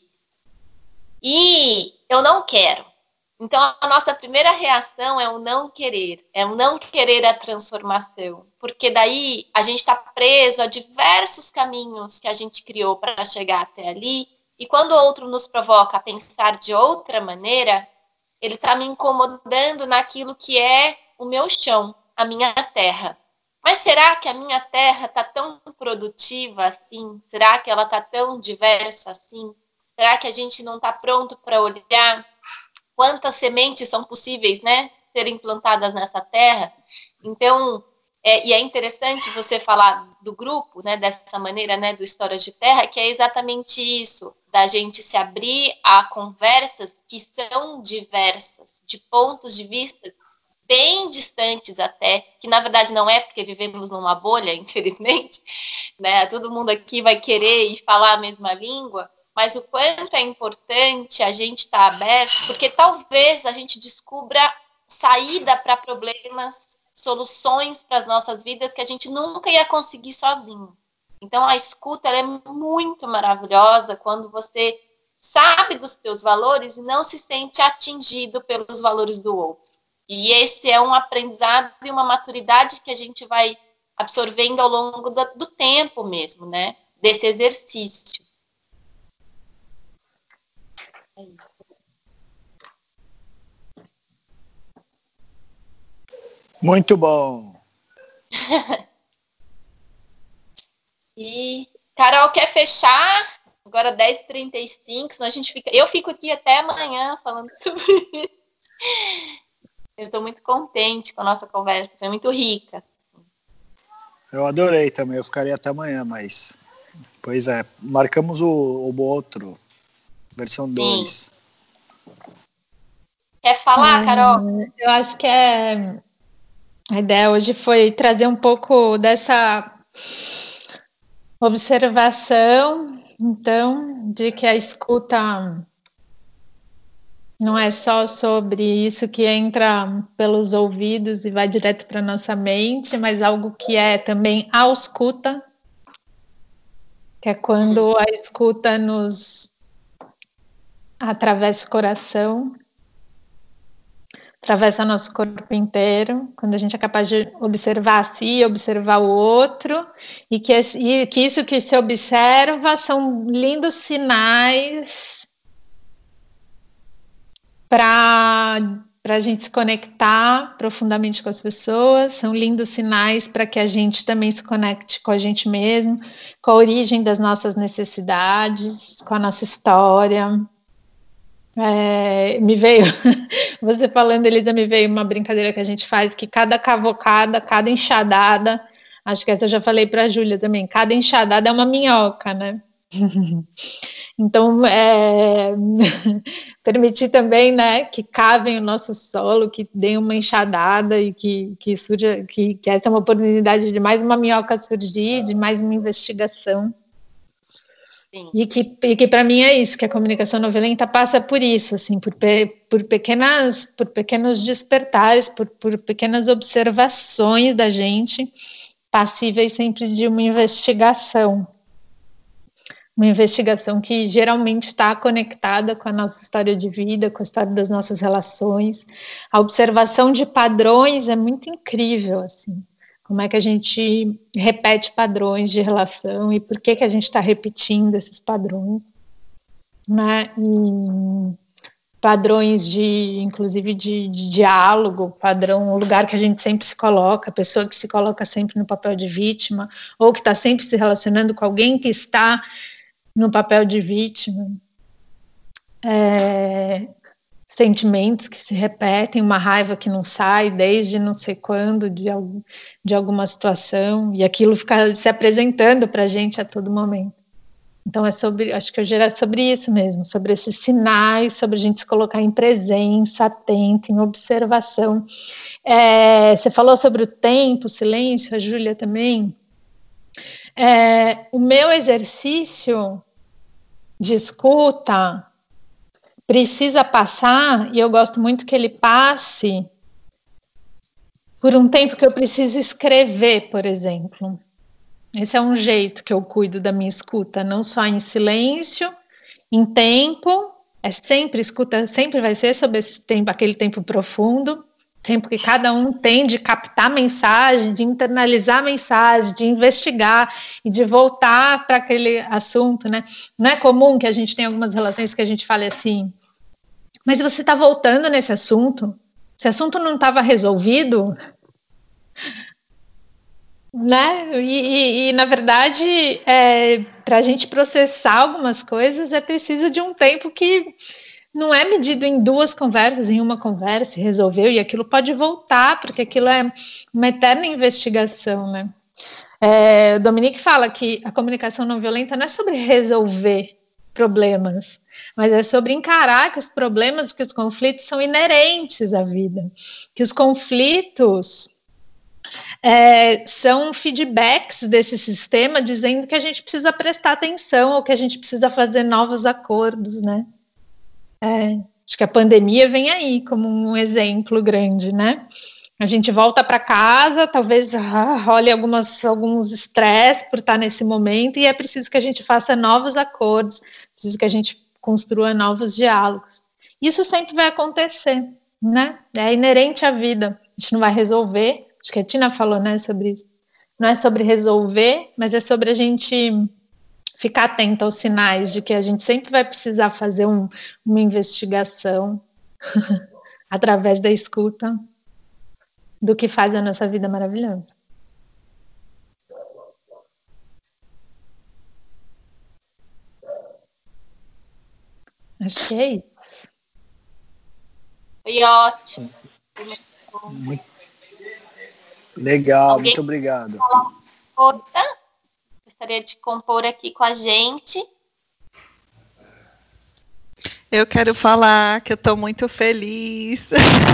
E eu não quero. Então, a nossa primeira reação é o não querer a transformação. Porque daí a gente está preso a diversos caminhos que a gente criou para chegar até ali. E quando o outro nos provoca a pensar de outra maneira, ele está me incomodando naquilo que é o meu chão, a minha terra. Mas será que a minha terra está tão produtiva assim? Será que ela está tão diversa assim? Será que a gente não está pronto para olhar quantas sementes são possíveis, né, serem plantadas nessa terra? Então, e é interessante você falar do grupo, né, dessa maneira, né, do Histórias de Terra, que é exatamente isso, da gente se abrir a conversas que são diversas, de pontos de vista bem distantes até, que na verdade não é porque vivemos numa bolha, infelizmente, né, todo mundo aqui vai querer e falar a mesma língua, mas o quanto é importante a gente estar aberto, porque talvez a gente descubra saída para problemas, soluções para as nossas vidas que a gente nunca ia conseguir sozinho. Então, a escuta ela é muito maravilhosa quando você sabe dos teus valores e não se sente atingido pelos valores do outro. E esse é um aprendizado e uma maturidade que a gente vai absorvendo ao longo do tempo mesmo, né? Desse exercício. Muito bom. E Carol quer fechar agora 10h35, senão eu fico aqui até amanhã falando sobre isso. Eu estou muito contente com a nossa conversa, foi muito rica. Eu adorei também, eu ficaria até amanhã, mas... Pois é, marcamos o outro, versão 2. Quer falar, Carol? Eu acho que a ideia hoje foi trazer um pouco dessa observação, então, de que a escuta não é só sobre isso que entra pelos ouvidos e vai direto para a nossa mente, mas algo que é também a escuta, que é quando a escuta nos atravessa o coração, atravessa nosso corpo inteiro, quando a gente é capaz de observar a si, observar o outro, e que isso que se observa são lindos sinais para a gente se conectar profundamente com as pessoas, são lindos sinais para que a gente também se conecte com a gente mesmo, com a origem das nossas necessidades, com a nossa história. Me veio, você falando, Elisa, me veio uma brincadeira que a gente faz, que cada cavocada, cada enxadada, acho que essa eu já falei para a Júlia também, cada enxadada é uma minhoca, né? Então, permitir também, né, que cavem o nosso solo, que deem uma enxadada e que surja, que essa é uma oportunidade de mais uma minhoca surgir, de mais uma investigação. Sim. E que para mim é isso, que a comunicação não violenta passa por isso, assim, por pequenos despertares, por pequenas observações da gente, passíveis sempre de uma investigação. uma investigação que geralmente está conectada com a nossa história de vida, com a história das nossas relações. A observação de padrões é muito incrível, assim. Como é que a gente repete padrões de relação e por que a gente está repetindo esses padrões, né? E padrões inclusive de diálogo, padrão, o lugar que a gente sempre se coloca, a pessoa que se coloca sempre no papel de vítima, ou que está sempre se relacionando com alguém que está no papel de vítima, sentimentos que se repetem, uma raiva que não sai desde não sei quando, de alguma situação, e aquilo fica se apresentando para a gente a todo momento. Então acho que hoje é sobre isso mesmo, sobre esses sinais, sobre a gente se colocar em presença, atento, em observação. Você falou sobre o tempo, o silêncio, a Júlia também. O meu exercício de escuta precisa passar, e eu gosto muito que ele passe por um tempo que eu preciso escrever, por exemplo. Esse é um jeito que eu cuido da minha escuta, não só em silêncio, em tempo, sempre escuta, sempre vai ser sobre esse tempo, aquele tempo profundo, tempo que cada um tem de captar mensagem, de internalizar mensagem, de investigar e de voltar para aquele assunto, né? Não é comum que a gente tenha algumas relações que a gente fale assim, mas você está voltando nesse assunto? Esse assunto não estava resolvido? Né? E na verdade, para a gente processar algumas coisas, é preciso de um tempo que não é medido em 2 conversas, em uma conversa, resolveu, e aquilo pode voltar, porque aquilo é uma eterna investigação, né? O Dominique fala que a comunicação não violenta não é sobre resolver problemas, mas é sobre encarar que os problemas, que os conflitos são inerentes à vida, que os conflitos são feedbacks desse sistema dizendo que a gente precisa prestar atenção ou que a gente precisa fazer novos acordos, né? Acho que a pandemia vem aí como um exemplo grande, né? A gente volta para casa, talvez role alguns estresse por estar nesse momento, e é preciso que a gente faça novos acordos, preciso que a gente construa novos diálogos. Isso sempre vai acontecer, né? É inerente à vida. A gente não vai resolver. Acho que a Tina falou, né, sobre isso. Não é sobre resolver, mas é sobre a gente ficar atento aos sinais de que a gente sempre vai precisar fazer uma investigação através da escuta do que faz a nossa vida maravilhosa. Acho que é isso. Foi ótimo. Muito legal, muito obrigado. Gostaria de compor aqui com a gente. Eu quero falar que eu estou muito feliz.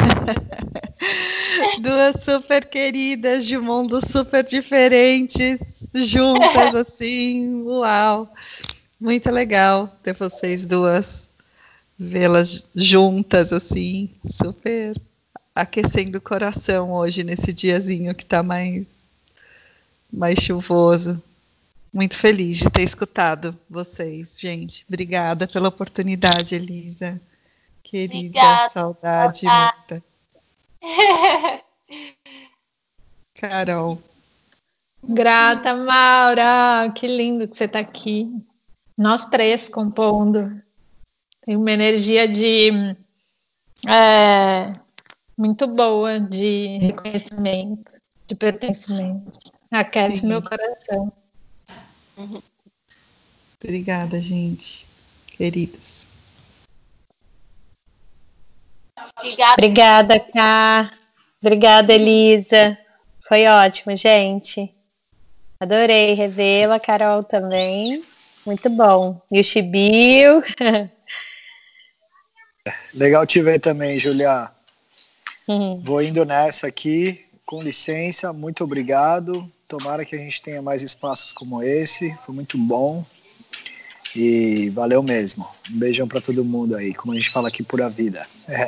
2 super queridas de mundos super diferentes, juntas assim, uau. Muito legal ter vocês 2, vê-las juntas assim, super aquecendo o coração hoje, nesse diazinho que está mais chuvoso. Muito feliz de ter escutado vocês, gente. Obrigada pela oportunidade, Elisa. Querida, obrigada, saudade muita. Carol. Grata, Maura. Que lindo que você está aqui. Nós 3 compondo. Tem uma energia muito boa de reconhecimento, de pertencimento. Aquece Sim. meu coração. Obrigada, gente. Queridas. Obrigada, Ká. Obrigada, Elisa. Foi ótimo, gente. Adorei revê-la, Carol também. Muito bom. E o Chibio. Legal te ver também, Julia. Vou indo nessa aqui. Com licença, muito obrigado. Tomara que a gente tenha mais espaços como esse. Foi muito bom. E valeu mesmo. Um beijão para todo mundo aí. Como a gente fala aqui, pura vida.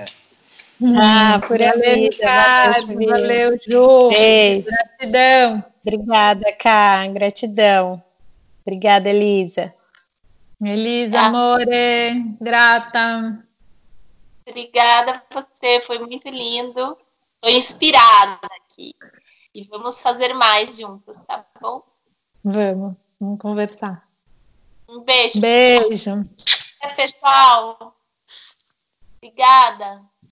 Pura vida. Valeu, Ju. Beijo. Gratidão. Obrigada, Ká. Gratidão. Obrigada, Elisa. Elisa, Tá? amore, grata. Obrigada a você, foi muito lindo. Estou inspirada aqui. E vamos fazer mais juntos, tá bom? Vamos conversar. Um beijo. Beijo. Pessoal. Obrigada.